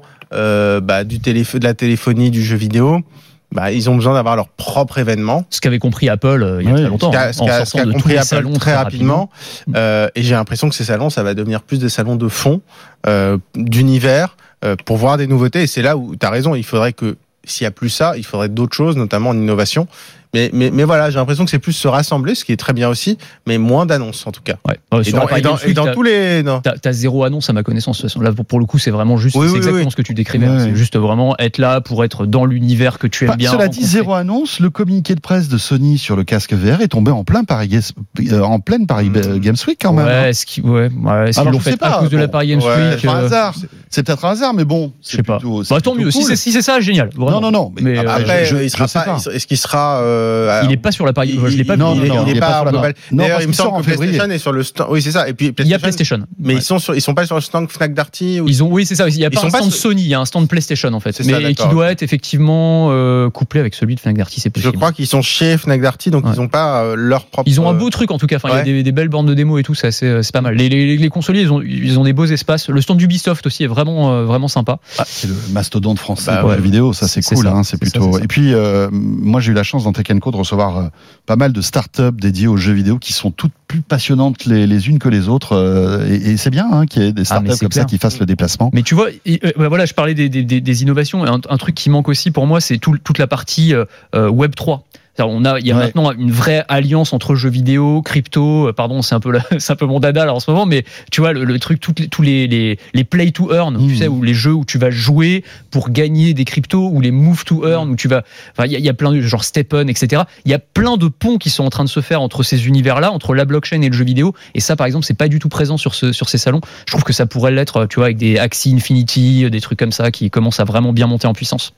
de la téléphonie, du jeu vidéo, ils ont besoin d'avoir leur propre événement. Ce qu'avait compris Apple il y a très longtemps. Ce qu'a compris Apple très rapidement. Et j'ai l'impression que ces salons, ça va devenir plus des salons de fond, d'univers, pour voir des nouveautés. Et c'est là où tu as raison. Il faudrait que, s'il n'y a plus ça, il faudrait d'autres choses, notamment en innovation. Mais voilà, j'ai l'impression que c'est plus se rassembler, ce qui est très bien aussi, mais moins d'annonces en tout cas. Ouais. Et dans tous les... T'as zéro annonce à ma connaissance. Là, pour le coup, c'est vraiment juste exactement ce que tu décrivais. Ouais. C'est juste vraiment être là pour être dans l'univers que tu aimes bien. Cela dit, zéro annonce, le communiqué de presse de Sony sur le casque VR est tombé en pleine Paris Games Week quand même. Ouais, est-ce qu'ils l'ont fait à cause de la Paris Games Week par hasard. C'est peut-être un hasard, mais bon, je sais pas. Tant mieux. Si c'est ça, génial. Non. Mais après, est-ce qu'il sera il n'est pas sur la Paris. Je l'ai pas vu. Il n'est pas global. D'ailleurs, il me semble que PlayStation est sur le stand. Oui, c'est ça. Et puis il y a PlayStation. Mais ils sont pas sur le stand Fnac Darty. Oui, c'est ça. Il y a pas un stand Sony. Il y a un stand PlayStation en fait, mais qui doit être effectivement couplé avec celui de Fnac Darty. C'est possible. Je crois qu'ils sont chez Fnac Darty, donc ils n'ont pas leur propre. Ils ont un beau truc en tout cas. Il y a des belles bornes de démo et tout. C'est pas mal. Les consoliers, ils ont des beaux espaces. Le stand d'Ubisoft aussi est vraiment sympa. C'est le mastodonte français pour la vidéo. Ça c'est cool. C'est plutôt. Et puis moi j'ai eu la chance dans Tech & Co de recevoir pas mal de startups dédiées aux jeux vidéo qui sont toutes plus passionnantes les unes que les autres et c'est bien qu'il y ait des startups comme ça qui fassent le déplacement. Mais tu vois, voilà, je parlais des innovations. Un truc qui manque aussi pour moi, c'est toute la partie Web 3. Il y a maintenant une vraie alliance entre jeux vidéo, crypto. Pardon, c'est un peu mon dada là en ce moment, mais tu vois le truc, tous les play to earn, tu sais, où les jeux où tu vas jouer pour gagner des cryptos, ou les move to earn, où tu vas, il y a plein de genre Steppen, etc. Il y a plein de ponts qui sont en train de se faire entre ces univers-là, entre la blockchain et le jeu vidéo. Et ça, par exemple, c'est pas du tout présent sur ces salons. Je trouve que ça pourrait l'être, tu vois, avec des Axie Infinity, des trucs comme ça qui commencent à vraiment bien monter en puissance.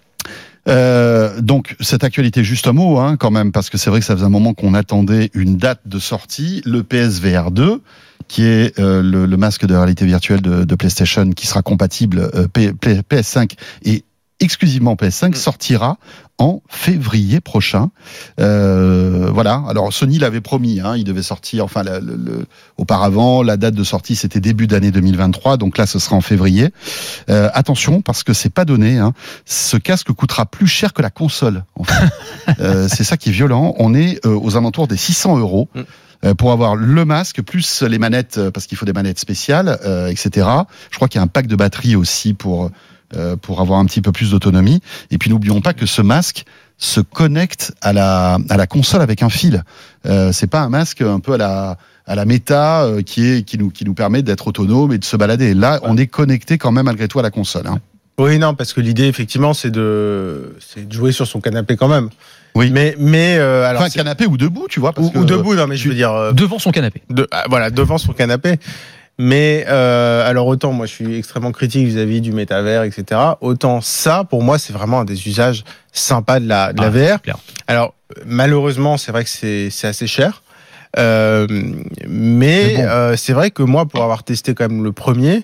Donc cette actualité, juste un mot quand même, parce que c'est vrai que ça faisait un moment qu'on attendait une date de sortie, le PSVR 2 qui est le masque de réalité virtuelle de PlayStation qui sera compatible PS5 et exclusivement PS5 sortira en février prochain. Voilà. Alors Sony l'avait promis, il devait sortir. Enfin, auparavant, la date de sortie c'était début d'année 2023. Donc là, ce sera en février. Attention, parce que c'est pas donné. Ce casque coûtera plus cher que la console. En fait. C'est ça qui est violent. On est aux alentours des 600 €. Pour avoir le masque, plus les manettes, parce qu'il faut des manettes spéciales, etc. Je crois qu'il y a un pack de batterie aussi pour avoir un petit peu plus d'autonomie. Et puis n'oublions pas que ce masque se connecte à la console avec un fil. C'est pas un masque un peu à la méta qui nous permet d'être autonome et de se balader. Là, on est connecté quand même malgré tout à la console. Oui, non, parce que l'idée effectivement c'est de jouer sur son canapé quand même. Oui. Mais alors enfin, canapé ou debout, tu vois, ou debout, non mais je veux dire devant son canapé. Voilà, devant son canapé. Mais alors autant moi je suis extrêmement critique vis-à-vis du métavers, etc. Autant ça pour moi c'est vraiment un des usages sympas de la VR. Clair. Alors malheureusement c'est vrai que c'est assez cher, mais bon. C'est vrai que moi pour avoir testé quand même le premier,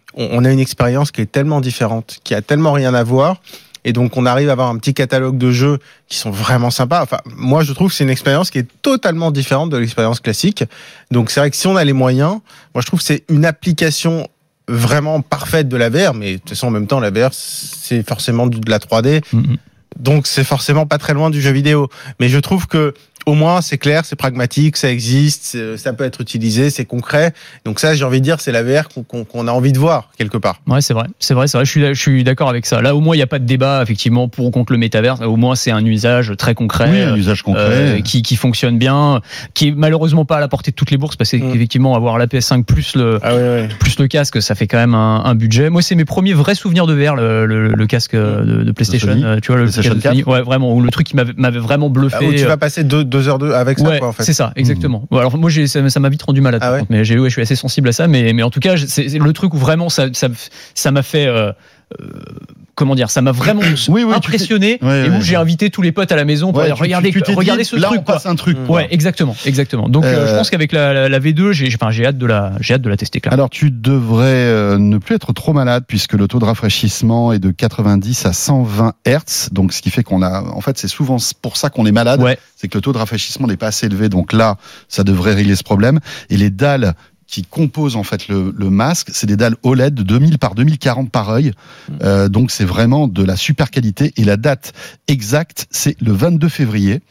on a une expérience qui est tellement différente, qui a tellement rien à voir. Et donc, on arrive à avoir un petit catalogue de jeux qui sont vraiment sympas. Enfin, moi, je trouve que c'est une expérience qui est totalement différente de l'expérience classique. Donc, c'est vrai que si on a les moyens, moi, je trouve que c'est une application vraiment parfaite de la VR. Mais de toute façon, en même temps, la VR, c'est forcément de la 3D. Donc, c'est forcément pas très loin du jeu vidéo. Mais je trouve que au moins, c'est clair, c'est pragmatique, ça existe, ça peut être utilisé, c'est concret. Donc ça, j'ai envie de dire, c'est la VR qu'on a envie de voir, quelque part. Ouais, c'est vrai. Je suis d'accord avec ça. Là, au moins, il n'y a pas de débat, effectivement, pour ou contre le métavers. Au moins, c'est un usage très concret. Oui, un usage concret. Qui fonctionne bien, qui est malheureusement pas à la portée de toutes les bourses, parce qu'effectivement, avoir la PS5 plus le casque, ça fait quand même un budget. Moi, c'est mes premiers vrais souvenirs de VR, le casque de PlayStation. Tu vois, le PlayStation 4. Ouais, vraiment, où le truc qui m'avait vraiment bluffé. Où tu vas passer 2 heures avec ça, quoi, en fait. C'est ça, exactement. Alors moi, ça m'a vite rendu malade, contre, mais je suis assez sensible à ça. Mais en tout cas, c'est le truc où vraiment ça m'a fait. Comment dire, ça m'a vraiment impressionné et où j'ai invité tous les potes à la maison pour dire regardez ce là, truc. On passe un truc. Ouais, exactement. Donc je pense qu'avec la V2, j'ai hâte de la tester. Clairement. Alors tu devrais ne plus être trop malade puisque le taux de rafraîchissement est de 90 à 120 Hz. Donc ce qui fait en fait, c'est souvent pour ça qu'on est malade. Ouais. C'est que le taux de rafraîchissement n'est pas assez élevé. Donc là, ça devrait régler ce problème. Et les dalles qui composent en fait le masque, c'est des dalles OLED de 2000 par 2040 par œil. Donc c'est vraiment de la super qualité. Et la date exacte, c'est le 22 février.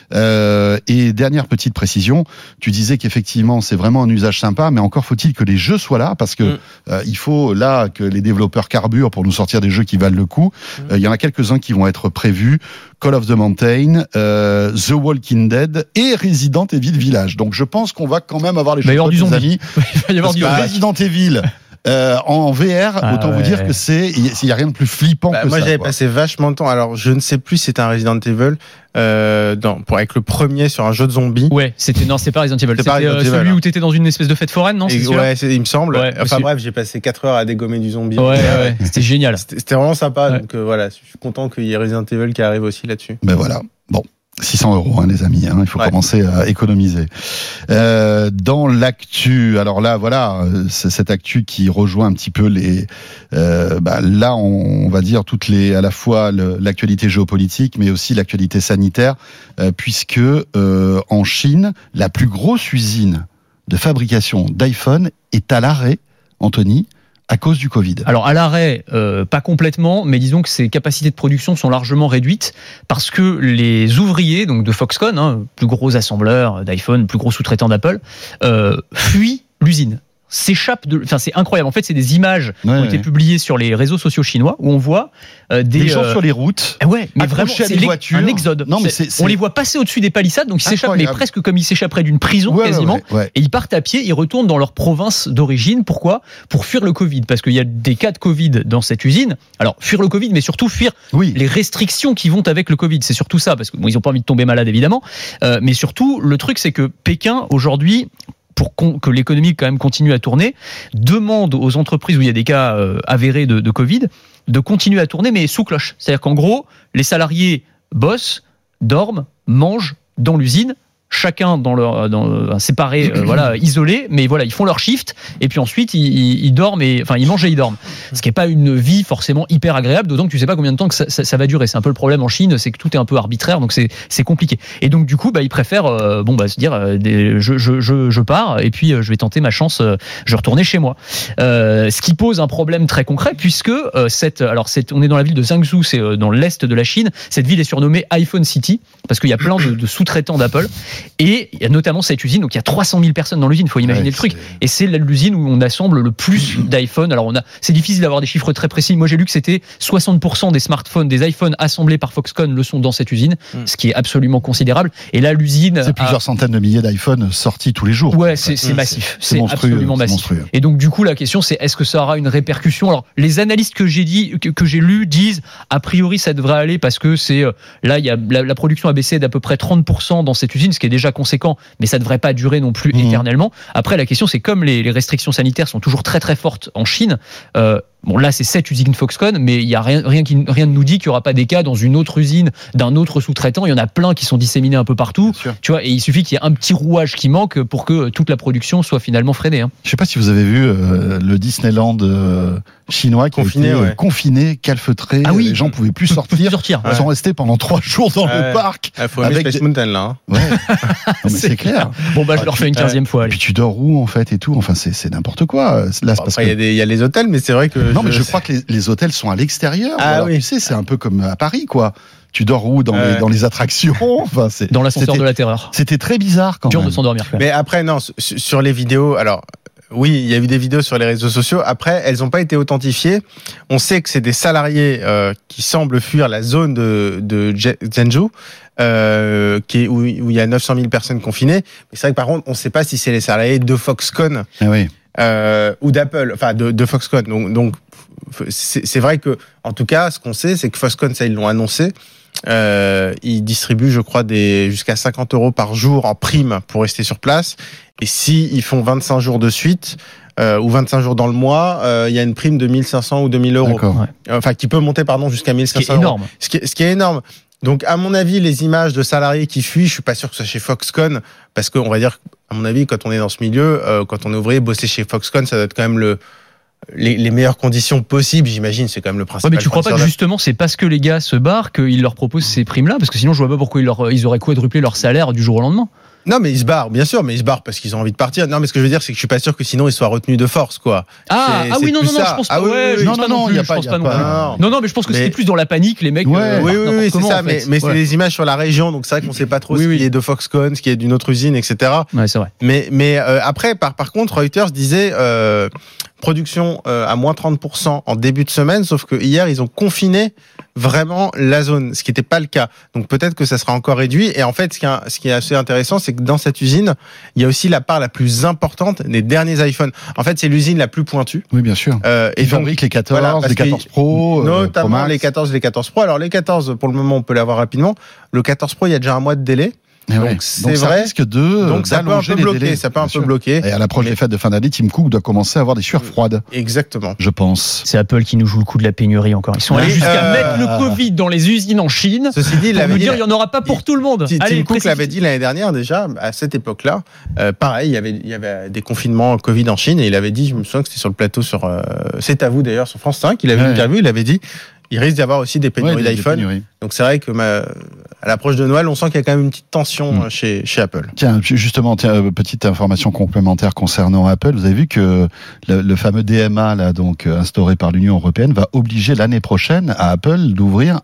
Et dernière petite précision, tu disais qu'effectivement c'est vraiment un usage sympa, mais encore faut-il que les jeux soient là, parce que il faut là que les développeurs carburent pour nous sortir des jeux qui valent le coup. Il y en a quelques-uns qui vont être prévus. Call of the Mountain, The Walking Dead et Resident Evil Village. Donc je pense qu'on va quand même avoir les choses, les amis. Il va y avoir du Resident Evil en VR, autant vous dire que il y a rien de plus flippant que moi, ça. Moi j'avais passé vachement de temps. Alors je ne sais plus si c'était un Resident Evil avec le premier sur un jeu de zombies. Ouais, c'est pas Resident Evil. C'était celui où t'étais dans une espèce de fête foraine, non? Il me semble. Ouais, enfin bref, j'ai passé 4 heures à dégommer du zombie. Ouais, c'était génial. C'était vraiment sympa. Ouais. Donc voilà, je suis content qu'il y ait Resident Evil qui arrive aussi là-dessus. Ben voilà. Bon. 600 €, les amis, il faut commencer à économiser. Dans l'actu, alors là, voilà, c'est cette actu qui rejoint un petit peu là, on va dire à la fois l'actualité géopolitique, mais aussi l'actualité sanitaire, puisque en Chine, la plus grosse usine de fabrication d'iPhone est à l'arrêt, Anthony, à cause du Covid. Alors à l'arrêt, pas complètement, mais disons que ses capacités de production sont largement réduites parce que les ouvriers donc de Foxconn, plus gros assembleur d'iPhone, plus gros sous-traitant d'Apple, fuient l'usine. C'est incroyable. En fait, c'est des images qui ont été publiées sur les réseaux sociaux chinois où on voit des gens sur les routes. Mais vraiment, c'est un exode. Non, mais on les voit passer au-dessus des palissades, donc ils s'échappent, mais presque comme ils s'échapperaient d'une prison quasiment. Et ils partent à pied, ils retournent dans leur province d'origine. Pourquoi ? Pour fuir le Covid, parce qu'il y a des cas de Covid dans cette usine. Alors fuir le Covid, mais surtout fuir les restrictions qui vont avec le Covid. C'est surtout ça, parce que ils n'ont pas envie de tomber malade évidemment. Mais surtout, le truc, c'est que Pékin aujourd'hui, pour que l'économie quand même continue à tourner, demande aux entreprises où il y a des cas avérés de Covid de continuer à tourner, mais sous cloche. C'est-à-dire qu'en gros, les salariés bossent, dorment, mangent dans l'usine, chacun séparé, isolé, mais voilà, ils font leur shift et puis ensuite ils dorment ils mangent et ils dorment. Ce qui est pas une vie forcément hyper agréable, d'autant que tu sais pas combien de temps que ça va durer. C'est un peu le problème en Chine, c'est que tout est un peu arbitraire, donc c'est compliqué. Et donc du coup, ils préfèrent se dire je pars et puis je vais tenter ma chance, je vais retourner chez moi. Ce qui pose un problème très concret puisque on est dans la ville de Zhangzhou, c'est dans l'est de la Chine. Cette ville est surnommée iPhone City parce qu'il y a plein de sous-traitants d'Apple. Et il y a notamment cette usine, donc il y a 300 000 personnes dans l'usine, il faut imaginer le truc. Et c'est l'usine où on assemble le plus d'iPhone. Alors c'est difficile d'avoir des chiffres très précis. Moi j'ai lu que c'était 60% des smartphones, des iPhones assemblés par Foxconn le sont dans cette usine, ce qui est absolument considérable. Et là l'usine, c'est plusieurs centaines de milliers d'iPhones sortis tous les jours. Ouais, c'est massif, c'est absolument massif. Monstrueux. Et donc du coup la question c'est est-ce que ça aura une répercussion ? Alors les analystes que j'ai lus disent a priori ça devrait aller parce que là il y a la production a baissé d'à peu près 30% dans cette usine, ce qui est déjà conséquent, mais ça ne devrait pas durer non plus éternellement. Après, la question, c'est comme les restrictions sanitaires sont toujours très très fortes en Chine, Bon, là, c'est 7 usines Foxconn, mais il y a rien ne nous dit qu'il y aura pas des cas dans une autre usine d'un autre sous-traitant. Il y en a plein qui sont disséminés un peu partout. Tu vois, et il suffit qu'il y ait un petit rouage qui manque pour que toute la production soit finalement freinée. Je sais pas si vous avez vu le Disneyland chinois qui confiné, a été confiné, calfeutré. Ah oui. Les gens pouvaient plus sortir. Ouais. Ils sont restés pendant 3 jours dans le parc. Il faut aimer Space Mountain, là. Hein. Ouais. Non, mais c'est clair. Bon, bah, je le refais une 15e fois. Et Allez. puis tu dors où, en fait, et tout. Enfin, c'est n'importe quoi. Là, c'est parce Après, que... il y a les hôtels, mais c'est vrai que... Non, mais je crois que les hôtels sont à l'extérieur. Ah alors, oui. Tu sais, c'est un peu comme à Paris, quoi. Tu dors où dans les attractions. Enfin, Dans l'ascenseur de la terreur. C'était très bizarre quand Dur même. de s'endormir. Mais après, non, sur les vidéos, alors... Oui, il y a eu des vidéos sur les réseaux sociaux. Après, elles n'ont pas été authentifiées. On sait que c'est des salariés qui semblent fuir la zone de Zhengzhou, où il y a 900 000 personnes confinées. Mais c'est vrai que par contre, on ne sait pas si c'est les salariés de Foxconn oui. ou d'Apple, enfin de Foxconn. Donc c'est vrai que, en tout cas, ce qu'on sait, c'est que Foxconn, ça ils l'ont annoncé. Ils distribuent, je crois, jusqu'à 50 € par jour en prime pour rester sur place. Et si ils font 25 jours de suite ou 25 jours dans le mois, il y a une prime de 1500 ou 2000 €. D'accord. Enfin, qui peut monter, ce qui est 1500 €. Ce qui est énorme. Ce qui est énorme. Donc, à mon avis, les images de salariés qui fuient, je suis pas sûr que ce soit chez Foxconn, parce qu'on va dire, à mon avis, quand on est dans ce milieu, quand on est ouvrier, bosser chez Foxconn, ça doit être quand même les meilleures conditions possibles, j'imagine, c'est quand même le principal. Ouais, mais tu crois pas que justement c'est parce que les gars se barrent qu'ils leur proposent ces primes-là? Parce que sinon je vois pas pourquoi ils auraient quadruplé leur salaire du jour au lendemain. Non, mais ils se barrent, bien sûr, mais ils se barrent parce qu'ils ont envie de partir. Non, mais ce que je veux dire, c'est que je suis pas sûr que sinon ils soient retenus de force, quoi. Oui, non, plus je ça. pense pas. Ah oui, Ouais, oui, je oui. pense pas non plus. Je pense pas non plus. Non, mais je pense que c'était plus dans la panique, les mecs. Ouais. Oui, c'est ça. En fait. Mais c'est des images sur la région, donc c'est vrai qu'on sait pas trop ce qui est de Foxconn, ce qui est d'une autre usine, etc. Ouais, c'est vrai. Mais après, par contre, Reuters disait production à moins 30% en début de semaine, sauf que hier ils ont confiné vraiment la zone, ce qui n'était pas le cas. Donc peut-être que ça sera encore réduit. Et en fait, ce qui est assez intéressant, c'est que dans cette usine, il y a aussi la part la plus importante des derniers iPhones. En fait, c'est l'usine la plus pointue. Oui, bien sûr. Et ils fabriquent les 14, les 14 Pro, notamment Pro les 14, les 14 Pro. Alors les 14, pour le moment, on peut l'avoir rapidement. Le 14 Pro, il y a déjà un mois de délai. Donc c'est vrai. Donc ça peut un peu bloquer. Ça peut un peu bloquer. Et à l'approche des fêtes de fin d'année, Tim Cook doit commencer à avoir des sueurs froides. Exactement. Je pense. C'est Apple qui nous joue le coup de la pénurie encore. Ils sont allés jusqu'à mettre le Covid dans les usines en Chine. Ceci dit, pour nous dire il y en aura pas pour tout le monde. Tim Cook l'avait dit l'année dernière déjà à cette époque-là. Pareil, il y avait des confinements Covid en Chine et il avait dit, je me souviens que c'était sur le plateau C'est à vous d'ailleurs sur France 5. Il avait une interview, il avait dit. Il risque d'y avoir aussi des pénuries d'iPhone. Donc c'est vrai que à l'approche de Noël, on sent qu'il y a quand même une petite tension chez Apple. Tiens, justement, petite information complémentaire concernant Apple. Vous avez vu que le fameux DMA là, donc instauré par l'Union européenne, va obliger l'année prochaine à Apple d'ouvrir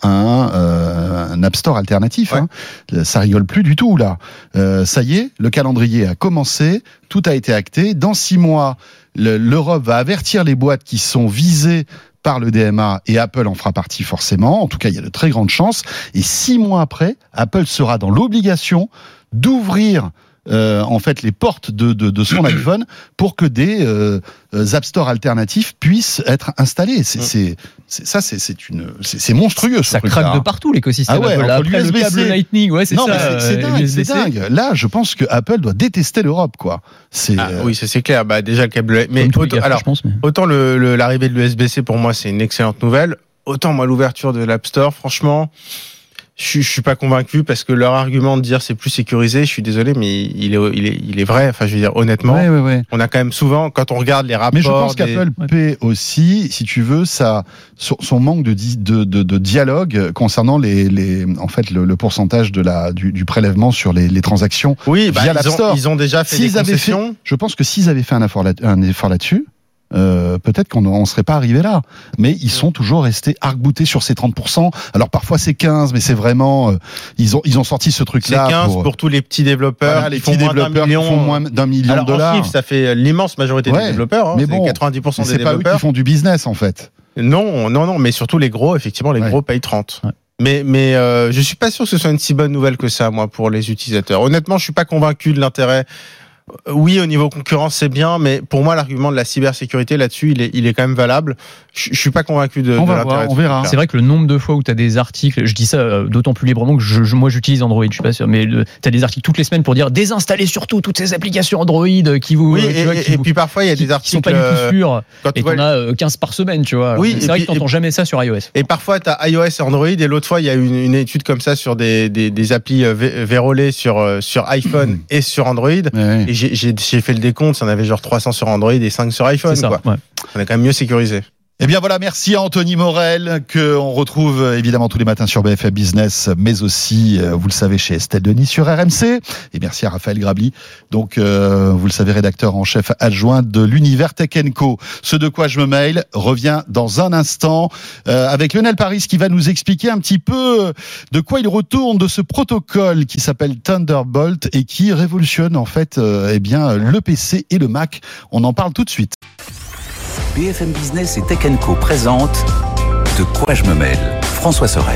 un App Store alternatif. Ouais. Hein. Ça rigole plus du tout là. Ça y est, le calendrier a commencé, tout a été acté. Dans 6 mois, l'Europe va avertir les boîtes qui sont visées par le DMA et Apple en fera partie forcément. En tout cas, il y a de très grandes chances. Et 6 mois après, Apple sera dans l'obligation d'ouvrir en fait les portes de son iPhone pour que des App Store alternatifs puissent être installés. C'est monstrueux. Ça craque de partout l'écosystème. Ah ouais, Apple. Après le câble Lightning, ouais, c'est ça. C'est dingue. Là, je pense que Apple doit détester l'Europe, quoi. Oui, ça c'est clair. Bah déjà le câble. Mais autant l'arrivée de l'USB-C pour moi c'est une excellente nouvelle. Autant moi l'ouverture de l'App Store, franchement. Je suis pas convaincu parce que leur argument de dire c'est plus sécurisé, je suis désolé, mais il est vrai. Enfin, je veux dire honnêtement, on a quand même souvent, quand on regarde les rapports. Mais je pense qu'Apple paie aussi, si tu veux, son manque de dialogue concernant en fait le pourcentage du prélèvement sur les transactions. Oui, via l'App Store. Ils ont déjà fait des concessions. Je pense que s'ils avaient fait un effort là-dessus. Peut-être qu'on ne serait pas arrivé là. Mais ils sont toujours restés arc-boutés sur ces 30%. Alors parfois c'est 15, mais c'est vraiment... ils ont sorti ce truc-là. C'est 15 pour tous les petits développeurs. Voilà, les petits développeurs qui font moins d'1 million de dollars. En chiffre, ça fait l'immense majorité des développeurs. Hein, mais bon, 90% des développeurs. C'est pas eux qui font du business en fait. Non, mais surtout les gros, effectivement, les gros payent 30. Ouais. Mais je suis pas sûr que ce soit une si bonne nouvelle que ça, moi, pour les utilisateurs. Honnêtement, je suis pas convaincu de l'intérêt. Oui, au niveau concurrence, c'est bien, mais pour moi, l'argument de la cybersécurité là-dessus, il est quand même valable. Je suis pas convaincu de l'intérêt. On verra. C'est vrai que le nombre de fois où tu as des articles, je dis ça d'autant plus librement que moi j'utilise Android, je suis pas sûr, mais tu as des articles toutes les semaines pour dire désinstallez surtout toutes ces applications Android qui vous. Oui, et puis parfois il y a des articles qui sont pas du tout sûrs. Et t'en as 15 par semaine, tu vois. Oui, c'est vrai que t'entends jamais ça sur iOS. Et parfois tu as iOS et Android, et l'autre fois il y a une étude comme ça sur des applis vérolées sur iPhone et sur Android. Ouais. Et j'ai fait le décompte, ça en avait genre 300 sur Android et 5 sur iPhone. C'est ça, quoi. Ouais. On est quand même mieux sécurisé. Eh bien voilà, merci à Anthony Morel, qu'on retrouve évidemment tous les matins sur BFM Business, mais aussi, vous le savez, chez Estelle Denis sur RMC. Et merci à Raphaël Grabli, donc vous le savez, rédacteur en chef adjoint de l'univers Tech & Co. Ce de quoi je me mail revient dans un instant avec Lionel Paris qui va nous expliquer un petit peu de quoi il retourne de ce protocole qui s'appelle Thunderbolt et qui révolutionne en fait le PC et le Mac. On en parle tout de suite. BFM Business et Tech & Co présente De quoi je me mêle, François Sorel.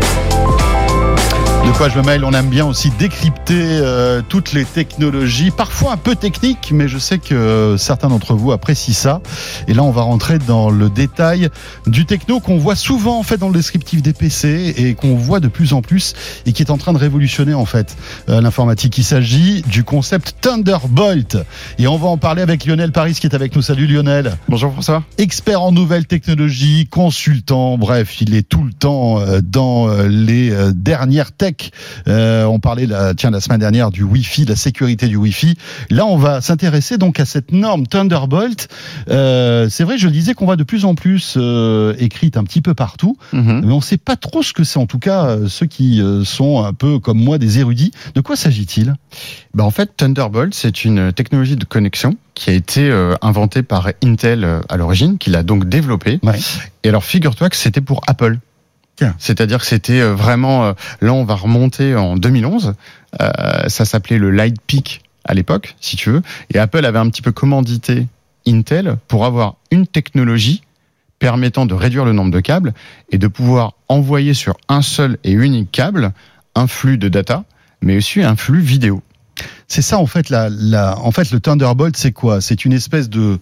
De quoi je me mêle, on aime bien aussi décrypter toutes les technologies, parfois un peu techniques, mais je sais que certains d'entre vous apprécient ça. Et là, on va rentrer dans le détail du techno qu'on voit souvent en fait dans le descriptif des PC et qu'on voit de plus en plus et qui est en train de révolutionner en fait l'informatique. Il s'agit du concept Thunderbolt. Et on va en parler avec Lionel Paris qui est avec nous. Salut Lionel. Bonjour François. Expert en nouvelles technologies, consultant, bref, il est tout le temps dans les dernières tech. On parlait la semaine dernière du Wi-Fi, de la sécurité du Wi-Fi. Là, on va s'intéresser donc à cette norme Thunderbolt. C'est vrai, je le disais, qu'on voit de plus en plus écrite un petit peu partout, mais on ne sait pas trop ce que c'est. En tout cas, ceux qui sont un peu comme moi des érudits. De quoi s'agit-il ? En fait, Thunderbolt, c'est une technologie de connexion qui a été inventée par Intel à l'origine, qui l'a donc développée. Ouais. Et alors, figure-toi que c'était pour Apple. C'est-à-dire que c'était vraiment... là, on va remonter en 2011. Ça s'appelait le Lightpeak à l'époque, si tu veux. Et Apple avait un petit peu commandité Intel pour avoir une technologie permettant de réduire le nombre de câbles et de pouvoir envoyer sur un seul et unique câble un flux de data, mais aussi un flux vidéo. C'est ça, en fait, en fait, le Thunderbolt, c'est quoi ? C'est une espèce de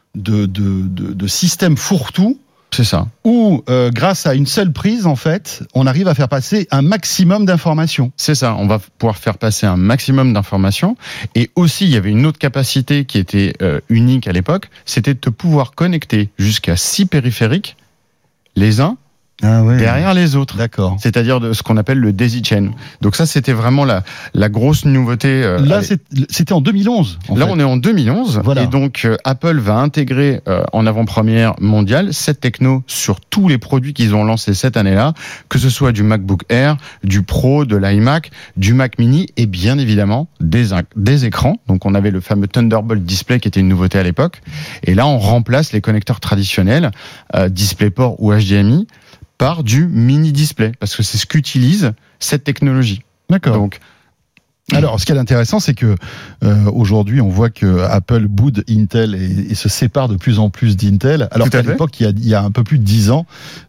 système fourre-tout. C'est ça. Où, grâce à une seule prise, en fait, on arrive à faire passer un maximum d'informations. C'est ça. On va pouvoir faire passer un maximum d'informations. Et aussi, il y avait une autre capacité qui était unique à l'époque, c'était de pouvoir connecter jusqu'à 6 périphériques, les uns derrière les autres. D'accord. C'est-à-dire de ce qu'on appelle le daisy chain. Donc ça, c'était vraiment la grosse nouveauté. Là, c'était en 2011. Là, on est en 2011. Voilà. Et donc, Apple va intégrer en avant-première mondiale cette techno sur tous les produits qu'ils ont lancés cette année-là, que ce soit du MacBook Air, du Pro, de l'iMac, du Mac Mini et bien évidemment des écrans. Donc, on avait le fameux Thunderbolt Display qui était une nouveauté à l'époque. Et là, on remplace les connecteurs traditionnels, DisplayPort ou HDMI, par du mini display, parce que c'est ce qu'utilise cette technologie. D'accord. Donc, alors, ce qui est intéressant, c'est que aujourd'hui, on voit que Apple boude Intel et se sépare de plus en plus d'Intel. Alors qu'à l'époque, il y a un peu plus de 10 ans,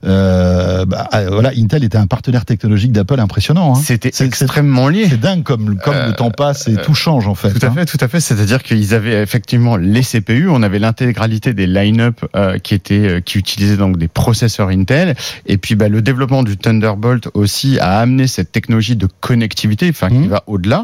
Intel était un partenaire technologique d'Apple impressionnant. Hein. C'était extrêmement lié. C'est dingue comme le temps passe et tout change en fait. Tout à fait. C'est-à-dire qu'ils avaient effectivement les CPU, on avait l'intégralité des line-up qui utilisaient donc des processeurs Intel. Et puis le développement du Thunderbolt aussi a amené cette technologie de connectivité, qui va au-delà.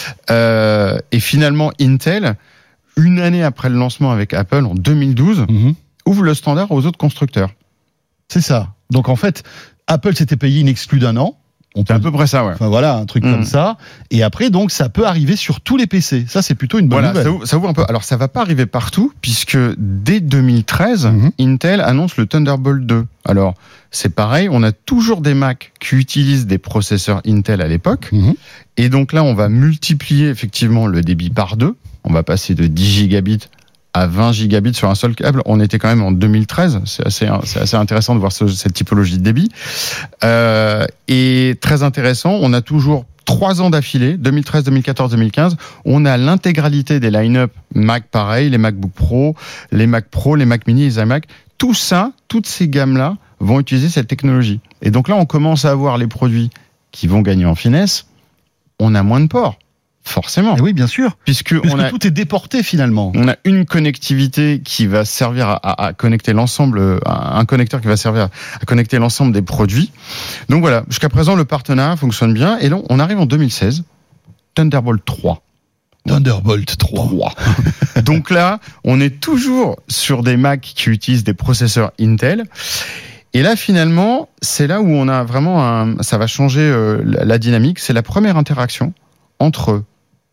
Et finalement, Intel, une année après le lancement avec Apple en 2012, ouvre le standard aux autres constructeurs. C'est ça. Donc en fait, Apple s'était payé une exclue d'1 an. C'est à peu près ça, ouais. Enfin voilà, un truc comme ça. Et après, donc, ça peut arriver sur tous les PC. Ça, c'est plutôt une bonne nouvelle. Ça ouvre un peu. Alors, ça va pas arriver partout, puisque dès 2013, Intel annonce le Thunderbolt 2. Alors, c'est pareil, on a toujours des Mac qui utilisent des processeurs Intel à l'époque. Et donc là, on va multiplier effectivement le débit par 2. On va passer de 10 gigabits à 20 gigabits sur un seul câble. On était quand même en 2013. C'est assez intéressant de voir cette typologie de débit. Et très intéressant, on a toujours 3 ans d'affilée, 2013, 2014, 2015, on a l'intégralité des line-up Mac pareil, les MacBook Pro, les Mac Pro, les Mac Mini, les iMac. Tout ça, toutes ces gammes-là vont utiliser cette technologie. Et donc là, on commence à avoir les produits qui vont gagner en finesse. On a moins de ports. Forcément. Et oui, bien sûr. Puisque tout est déporté finalement. On a une connectivité qui va servir à connecter l'ensemble, un connecteur qui va servir à connecter l'ensemble des produits. Donc voilà, jusqu'à présent, le partenariat fonctionne bien. Et là, on arrive en 2016, Thunderbolt 3. Thunderbolt 3. Donc là, on est toujours sur des Mac qui utilisent des processeurs Intel. Et là, finalement, c'est là où on a vraiment ça va changer la dynamique. C'est la première interaction entre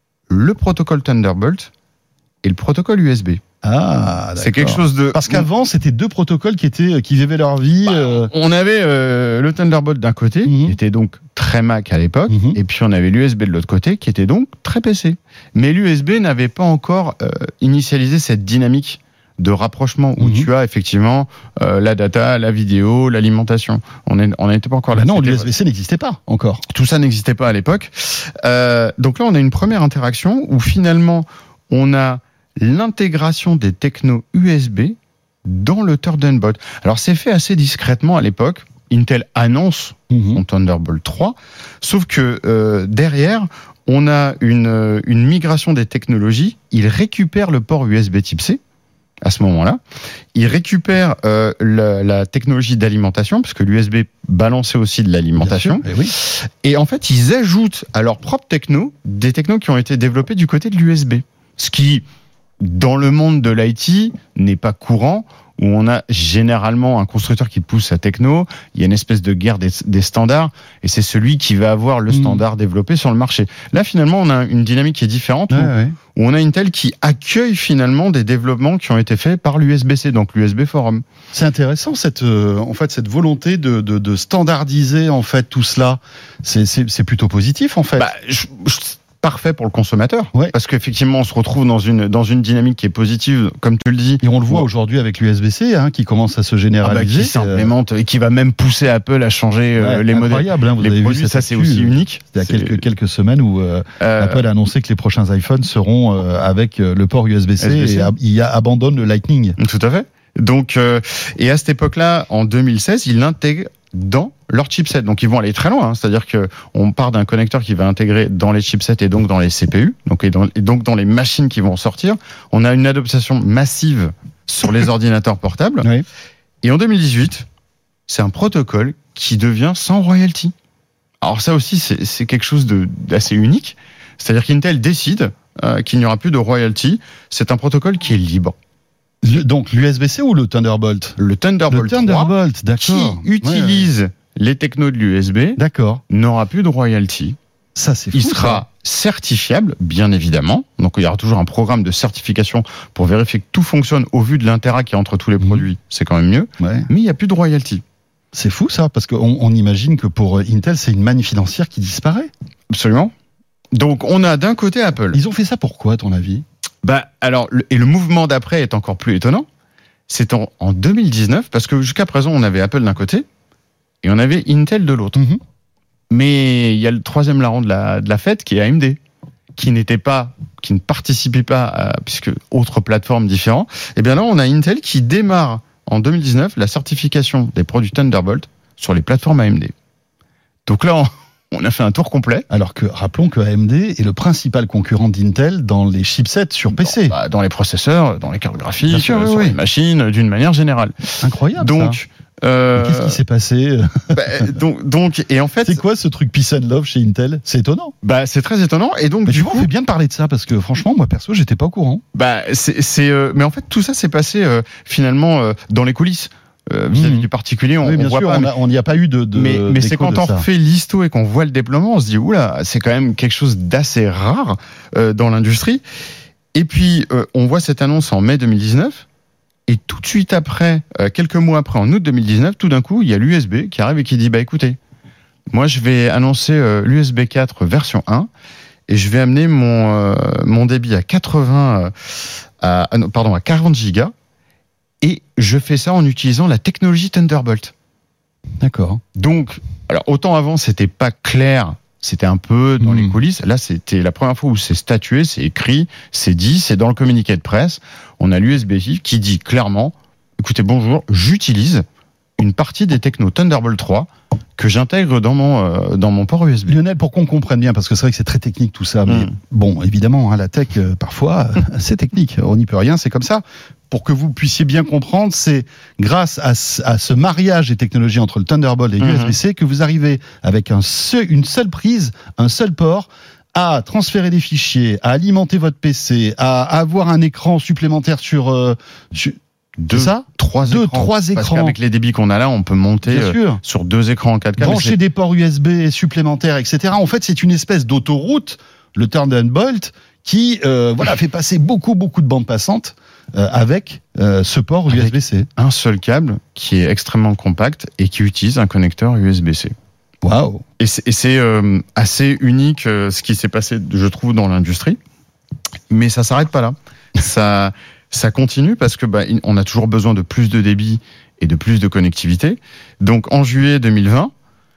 le protocole Thunderbolt et le protocole USB. Ah, d'accord. C'est quelque chose de... Parce qu'avant, c'était deux protocoles qui vivaient leur vie. On avait le Thunderbolt d'un côté, qui était donc très Mac à l'époque, et puis on avait l'USB de l'autre côté, qui était donc très PC. Mais l'USB n'avait pas encore initialisé cette dynamique de rapprochement où tu as effectivement la data, la vidéo, l'alimentation. On n'était pas encore là. Non, l'USB-C n'existait pas encore. Tout ça n'existait pas à l'époque. Donc là, on a une première interaction où finalement, on a l'intégration des technos USB dans le Thunderbolt. Alors, c'est fait assez discrètement à l'époque. Intel annonce son Thunderbolt 3, sauf que derrière, on a une migration des technologies. Il récupère le port USB type C. À ce moment-là, ils récupèrent la technologie d'alimentation, parce que l'USB balançait aussi de l'alimentation. Et en fait, ils ajoutent à leur propre techno des technos qui ont été développés du côté de l'USB. Ce qui, dans le monde de l'IT, n'est pas courant, où on a généralement un constructeur qui pousse sa techno, il y a une espèce de guerre des standards, et c'est celui qui va avoir le standard développé sur le marché. Là, finalement, on a une dynamique qui est différente, où on a Intel qui accueille finalement des développements qui ont été faits par l'USB-C, donc l'USB Forum. C'est intéressant cette volonté de standardiser en fait tout cela. C'est plutôt positif en fait. Parfait pour le consommateur, parce qu'effectivement on se retrouve dans une dynamique qui est positive, comme tu le dis. Et on le voit aujourd'hui avec l'USB-C qui commence à se généraliser, qui s'implémente et qui va même pousser Apple à changer les modèles. Incroyable, vous avez produits, vu ça c'est aussi unique. C'était il y a quelques semaines où Apple a annoncé que les prochains iPhones seront avec le port USB-C et il abandonne le Lightning. Tout à fait. Donc et à cette époque-là, en 2016, ils l'intègrent dans leur chipset. Donc ils vont aller très loin, c'est-à-dire que on part d'un connecteur qui va intégrer dans les chipsets et donc dans les CPU, et donc dans les machines qui vont sortir. On a une adoption massive sur les ordinateurs portables. Et en 2018, c'est un protocole qui devient sans royalty. Alors ça aussi, c'est quelque chose d'assez unique. C'est-à-dire qu'Intel décide qu'il n'y aura plus de royalty. C'est un protocole qui est libre. Donc l'USB-C ou le Thunderbolt ? Le Thunderbolt 3, d'accord. Qui utilise les technos de l'USB, n'aura plus de royalty. Ça, c'est fou. Il sera certifiable, bien évidemment. Donc il y aura toujours un programme de certification pour vérifier que tout fonctionne au vu de l'intérêt qu'il y a entre tous les produits. C'est quand même mieux. Mais il n'y a plus de royalty. C'est fou ça, parce qu'on imagine que pour Intel, c'est une manne financière qui disparaît. Absolument. Donc on a d'un côté Apple. Ils ont fait ça pourquoi, à ton avis ? Alors, le mouvement d'après est encore plus étonnant. C'est en 2019, parce que jusqu'à présent, on avait Apple d'un côté et on avait Intel de l'autre. Mais il y a le troisième larron de la fête qui est AMD, qui ne participait pas puisque autre plateforme différente. Et bien là, on a Intel qui démarre en 2019 la certification des produits Thunderbolt sur les plateformes AMD. Donc là, on a fait un tour complet. Alors que, rappelons que AMD est le principal concurrent d'Intel dans les chipsets sur PC. Dans les processeurs, dans les cartes graphiques, sur les machines, d'une manière générale. Incroyable. Donc, qu'est-ce qui s'est passé ? Et en fait, c'est quoi ce truc peace and love chez Intel ? C'est étonnant. C'est très étonnant. Et donc, du coup, on fait bien de parler de ça parce que franchement, moi perso, j'étais pas au courant. Mais en fait, tout ça s'est passé finalement dans les coulisses. Vis-à-vis du particulier, on voit sûr, pas. On n'y a pas eu de mais c'est quand on fait l'histo et qu'on voit le déploiement, on se dit oula, c'est quand même quelque chose d'assez rare dans l'industrie. Et puis on voit cette annonce en mai 2019 et tout de suite après, quelques mois après, en août 2019, tout d'un coup, il y a l'USB qui arrive et qui dit écoutez, moi je vais annoncer l'USB 4 version 1 et je vais amener mon débit à 40 gigas. Et je fais ça en utilisant la technologie Thunderbolt. D'accord. Donc, alors autant avant, c'était pas clair, c'était un peu dans les coulisses. Là, c'était la première fois où c'est statué, c'est écrit, c'est dit, c'est dans le communiqué de presse. On a l'USB qui dit clairement, écoutez, bonjour, j'utilise une partie des technos Thunderbolt 3 que j'intègre dans mon port USB. Lionel, pour qu'on comprenne bien, parce que c'est vrai que c'est très technique tout ça, mais bon, évidemment, la tech, parfois, c'est technique, on n'y peut rien, c'est comme ça. Pour que vous puissiez bien comprendre, c'est grâce à ce mariage des technologies entre le Thunderbolt et l'USB-C que vous arrivez avec une seule prise, un seul port, à transférer des fichiers, à alimenter votre PC, à avoir un écran supplémentaire sur trois écrans. Parce qu'avec les débits qu'on a là, on peut monter sur 2 écrans en 4K. Brancher des ports USB supplémentaires, etc. En fait, c'est une espèce d'autoroute, le Thunderbolt, qui fait passer beaucoup de bandes passantes avec ce port USB-C. Un seul câble qui est extrêmement compact et qui utilise un connecteur USB-C. Waouh! Et c'est assez unique ce qui s'est passé, je trouve, dans l'industrie. Mais ça s'arrête pas là. Ça continue parce que on a toujours besoin de plus de débit et de plus de connectivité. Donc en juillet 2020,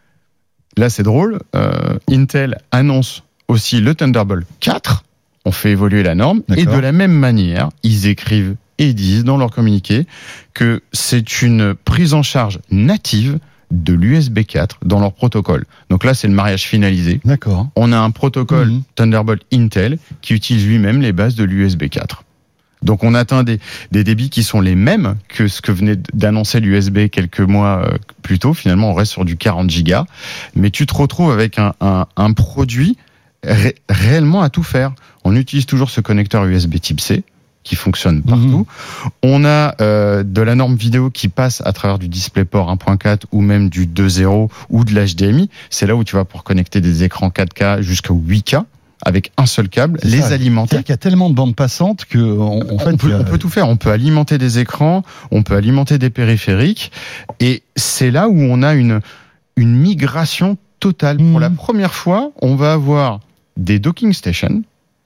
là c'est drôle, Intel annonce aussi le Thunderbolt 4. On fait évoluer la norme. D'accord. Et de la même manière, ils écrivent et disent dans leur communiqué que c'est une prise en charge native de l'USB 4 dans leur protocole. Donc là, c'est le mariage finalisé. D'accord. On a un protocole Thunderbolt Intel qui utilise lui-même les bases de l'USB 4. Donc on atteint des débits qui sont les mêmes que ce que venait d'annoncer l'USB quelques mois plus tôt. Finalement, on reste sur du 40 Go. Mais tu te retrouves avec un produit réellement à tout faire. On utilise toujours ce connecteur USB type C qui fonctionne partout. On a de la norme vidéo qui passe à travers du DisplayPort 1.4 ou même du 2.0 ou de l'HDMI. C'est là où tu vas pouvoir connecter des écrans 4K jusqu'à 8K. Avec un seul câble, alimenter. Il y a tellement de bandes passantes que on peut tout faire. On peut alimenter des écrans, on peut alimenter des périphériques, et c'est là où on a une migration totale. Pour la première fois, on va avoir des docking stations.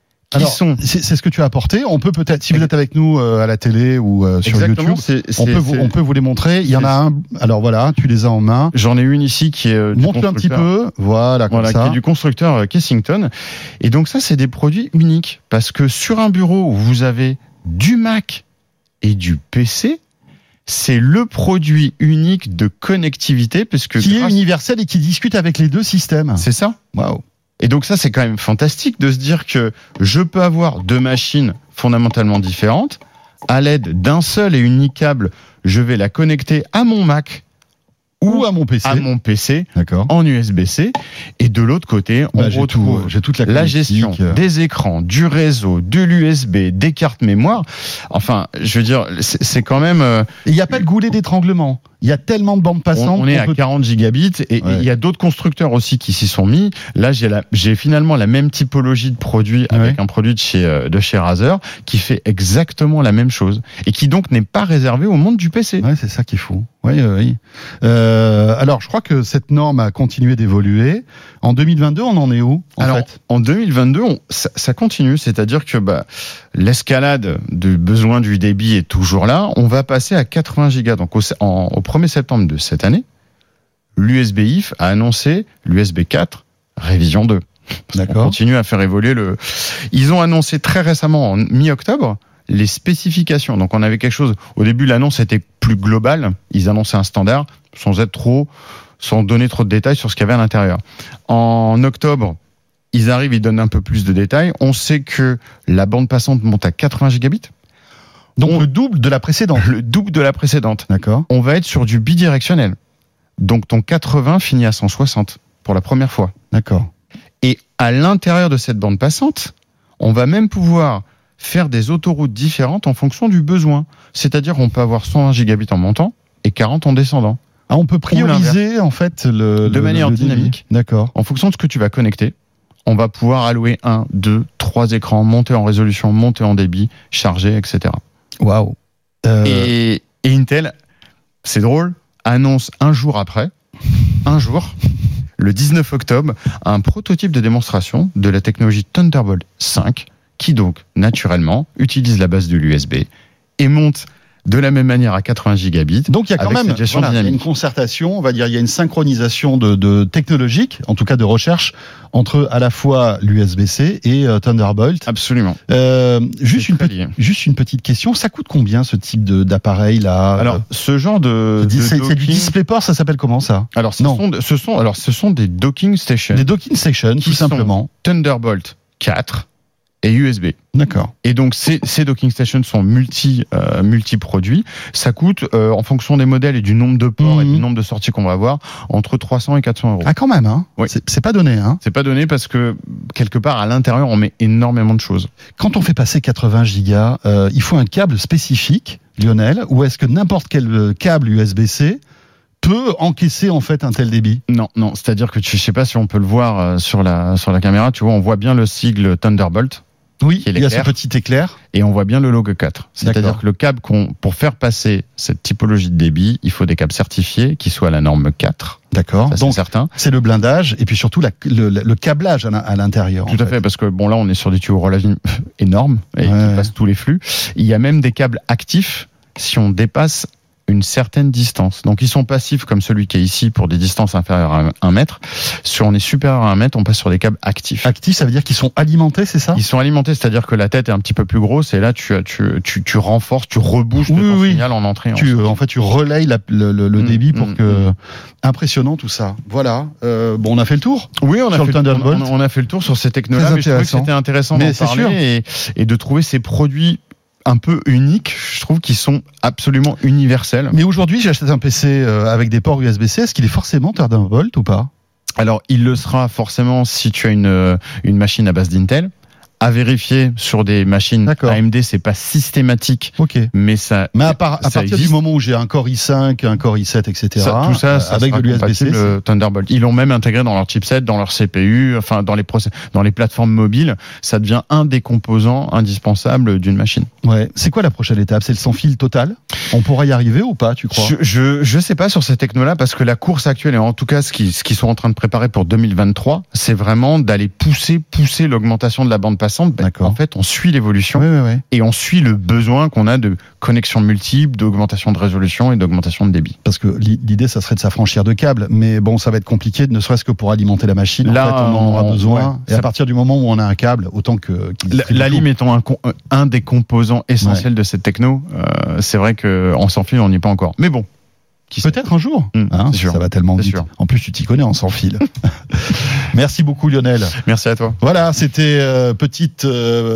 C'est ce que tu as apporté. On peut peut-être, si vous êtes avec nous à la télé ou sur YouTube, on peut vous les montrer. Il y en a un. Alors voilà, tu les as en main. J'en ai une ici qui est. Montre-le un petit peu. Voilà, comme ça. Qui est du constructeur Kensington. Et donc ça, c'est des produits uniques parce que sur un bureau où vous avez du Mac et du PC, c'est le produit unique de connectivité qui est universel et qui discute avec les deux systèmes. C'est ça. Waouh. Et donc ça, c'est quand même fantastique de se dire que je peux avoir 2 machines fondamentalement différentes. À l'aide d'un seul et unique câble, je vais la connecter à mon Mac ou à mon PC en USB-C. Et de l'autre côté, on retrouve toute la gestion des écrans, du réseau, de l'USB, des cartes mémoire. Enfin, je veux dire, c'est quand même... Il n'y a pas de goulet d'étranglement. Il y a tellement de bandes passantes. On est à 40 gigabits et il y a d'autres constructeurs aussi qui s'y sont mis. Là, j'ai finalement la même typologie de produit avec un produit de chez Razer qui fait exactement la même chose et qui donc n'est pas réservé au monde du PC. Ouais, c'est ça qui est fou. Oui. Alors, je crois que cette norme a continué d'évoluer. En 2022, on en est où en 2022, ça continue, c'est-à-dire que l'escalade du besoin du débit est toujours là. On va passer à 80 gigas. Donc au 1er septembre de cette année, l'USB-IF a annoncé l'USB 4 révision 2. D'accord. On continue à faire évoluer Ils ont annoncé très récemment, en mi-octobre, les spécifications. Donc on avait quelque chose. Au début, l'annonce était plus globale. Ils annonçaient un standard sans donner trop de détails sur ce qu'il y avait à l'intérieur. En octobre, ils arrivent, ils donnent un peu plus de détails. On sait que la bande passante monte à 80 gigabits. Donc le double de la précédente. Le double de la précédente. D'accord. On va être sur du bidirectionnel. Donc ton 80 finit à 160 pour la première fois. D'accord. Et à l'intérieur de cette bande passante, on va même pouvoir faire des autoroutes différentes en fonction du besoin. C'est-à-dire qu'on peut avoir 120 gigabits en montant et 40 en descendant. Ah, on peut prioriser en fait de manière dynamique. D'accord. En fonction de ce que tu vas connecter, on va pouvoir allouer 1, 2, 3 écrans, monter en résolution, monter en débit, charger, etc. Waouh. Et Intel, c'est drôle, annonce un jour, le 19 octobre, un prototype de démonstration de la technologie Thunderbolt 5 qui donc, naturellement, utilise la base de l'USB et monte de la même manière à 80 gigabits. Donc il y a quand même une concertation, on va dire, il y a une synchronisation de technologique, en tout cas de recherche, entre à la fois l'USB-C et Thunderbolt. Absolument. Juste une petite question, ça coûte combien ce type d'appareil là? Alors ce genre c'est du DisplayPort, ça s'appelle comment ça? Alors ce sont des docking stations. Des docking stations, tout simplement. Thunderbolt 4 et USB. D'accord. Et donc ces docking stations sont multi-produits. Ça coûte, en fonction des modèles et du nombre de ports et du nombre de sorties qu'on va avoir, entre 300 et 400 euros. Ah quand même, hein. Oui. C'est pas donné, hein. C'est pas donné parce que quelque part à l'intérieur on met énormément de choses. Quand on fait passer 80 gigas, il faut un câble spécifique, Lionel, ou est-ce que n'importe quel câble USB-C peut encaisser en fait un tel débit? Non, c'est-à-dire que je sais pas si on peut le voir sur la caméra, tu vois, on voit bien le sigle Thunderbolt. Oui, il y a ce petit éclair. Et on voit bien le logo 4. C'est-à-dire que le câble pour faire passer cette typologie de débit, il faut des câbles certifiés qui soient à la norme 4. D'accord. Ça, donc c'est certain. C'est le blindage et puis surtout le câblage à l'intérieur. Tout à fait, parce que bon là on est sur des tuyaux relativement énormes et qui passent tous les flux. Il y a même des câbles actifs si on dépasse une certaine distance. Donc ils sont passifs comme celui qui est ici pour des distances inférieures à 1 mètre. Si on est supérieur à 1 mètre, on passe sur des câbles actifs. Actifs, ça veut dire qu'ils sont alimentés, c'est ça? Ils sont alimentés, c'est-à-dire que la tête est un petit peu plus grosse et là tu renforces, tu rebouches ton signal en entrée. En fait, tu relayes le débit pour que... Impressionnant tout ça. Voilà. On a fait le tour. Oui, on a fait le tour sur ces technologies. Mais je trouvais que c'était intéressant d'en parler et de trouver ces produits un peu uniques, je trouve, qu'ils sont absolument universels. Mais aujourd'hui, j'achète un PC avec des ports USB-C, est-ce qu'il est forcément Thunderbolt ou pas? Alors, il le sera forcément si tu as une machine à base d'Intel. À vérifier sur des machines AMD, c'est pas systématique. Mais à partir du moment où j'ai un Core i5, un Core i7, etc. Tout ça avec de l'USB-C, Thunderbolt. Ils l'ont même intégré dans leur chipset, dans leur CPU, enfin dans les plateformes mobiles. Ça devient un des composants indispensables d'une machine. Ouais. C'est quoi la prochaine étape? C'est le sans fil total? On pourra y arriver ou pas, tu crois? Je sais pas sur ces technos-là parce que la course actuelle et en tout cas ce qu'ils sont en train de préparer pour 2023, c'est vraiment d'aller pousser l'augmentation de la bande passante. En fait, on suit l'évolution et on suit le besoin qu'on a de connexions multiples, d'augmentation de résolution et d'augmentation de débit. Parce que l'idée, ça serait de s'affranchir de câbles, mais bon, ça va être compliqué, ne serait-ce que pour alimenter la machine. Là, en fait, on en aura besoin. Et à partir du moment où on a un câble, autant que... La lime étant un des composants essentiels de cette techno, c'est vrai qu'en sans fil, on n'y est pas encore. Mais bon. Peut-être un jour. Ça va tellement vite. Sûr. En plus, tu t'y connais en sans fil. Merci beaucoup, Lionel. Merci à toi. Voilà, c'était petite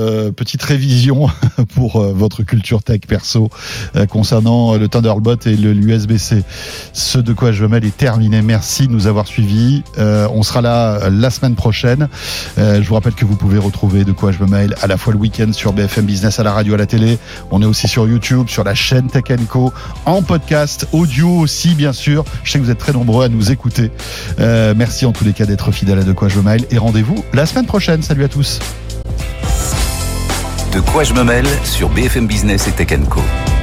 révision pour votre culture tech perso concernant le Thunderbolt et l'USB-C. Ce de quoi je me mêle est terminé. Merci de nous avoir suivis. On sera là la semaine prochaine. Je vous rappelle que vous pouvez retrouver de quoi je me mêle à la fois le week-end sur BFM Business, à la radio, à la télé. On est aussi sur YouTube, sur la chaîne Tech & Co, en podcast, audio aussi, bien sûr. Je sais que vous êtes très nombreux à nous écouter. Merci en tous les cas d'être fidèles à De quoi je me mêle et rendez-vous la semaine prochaine. Salut à tous. De quoi je me mêle sur BFM Business et Tech & Co.